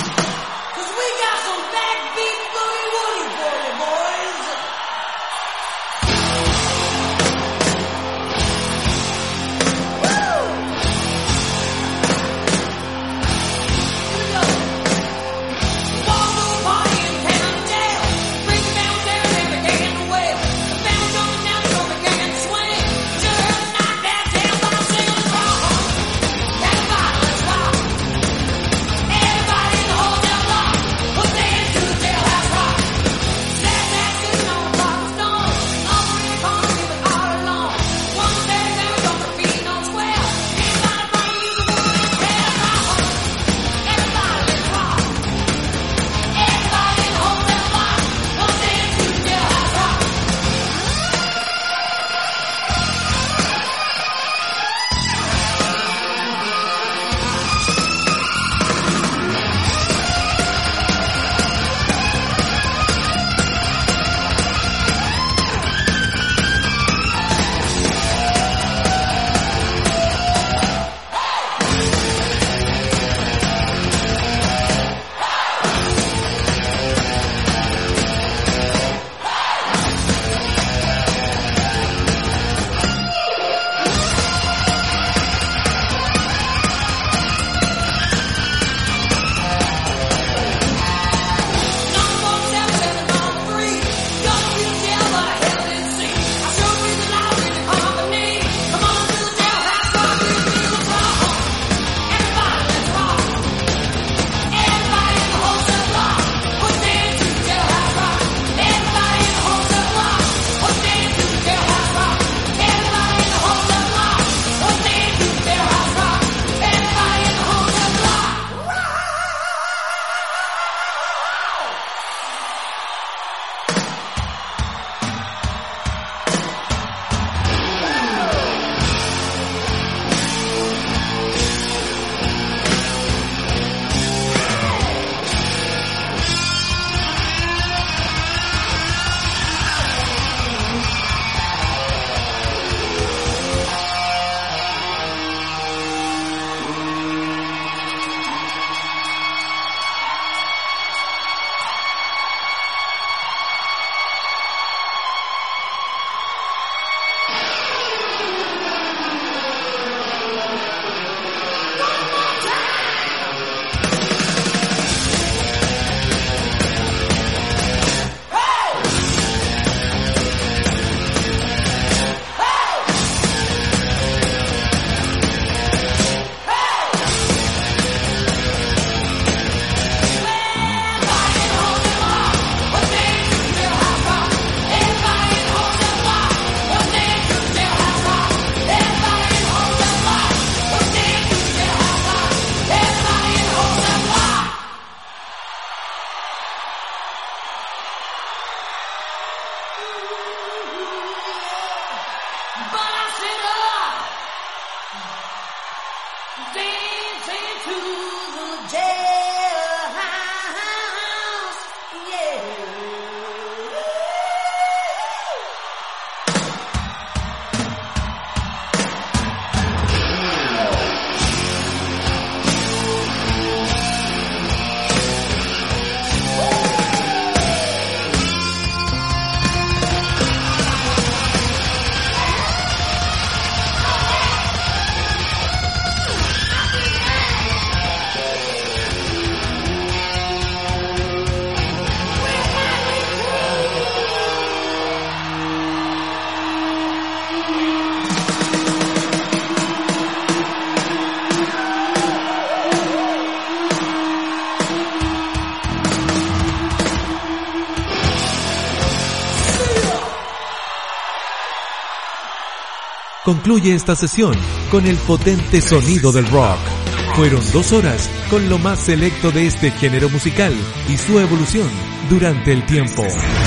Concluye esta sesión con el potente sonido del rock. Fueron 2 horas con lo más selecto de este género musical y su evolución durante el tiempo.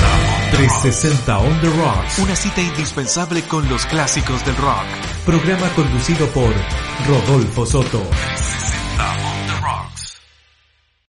360 on the Rocks. Una cita indispensable con los clásicos del rock. Programa conducido por Rodolfo Soto.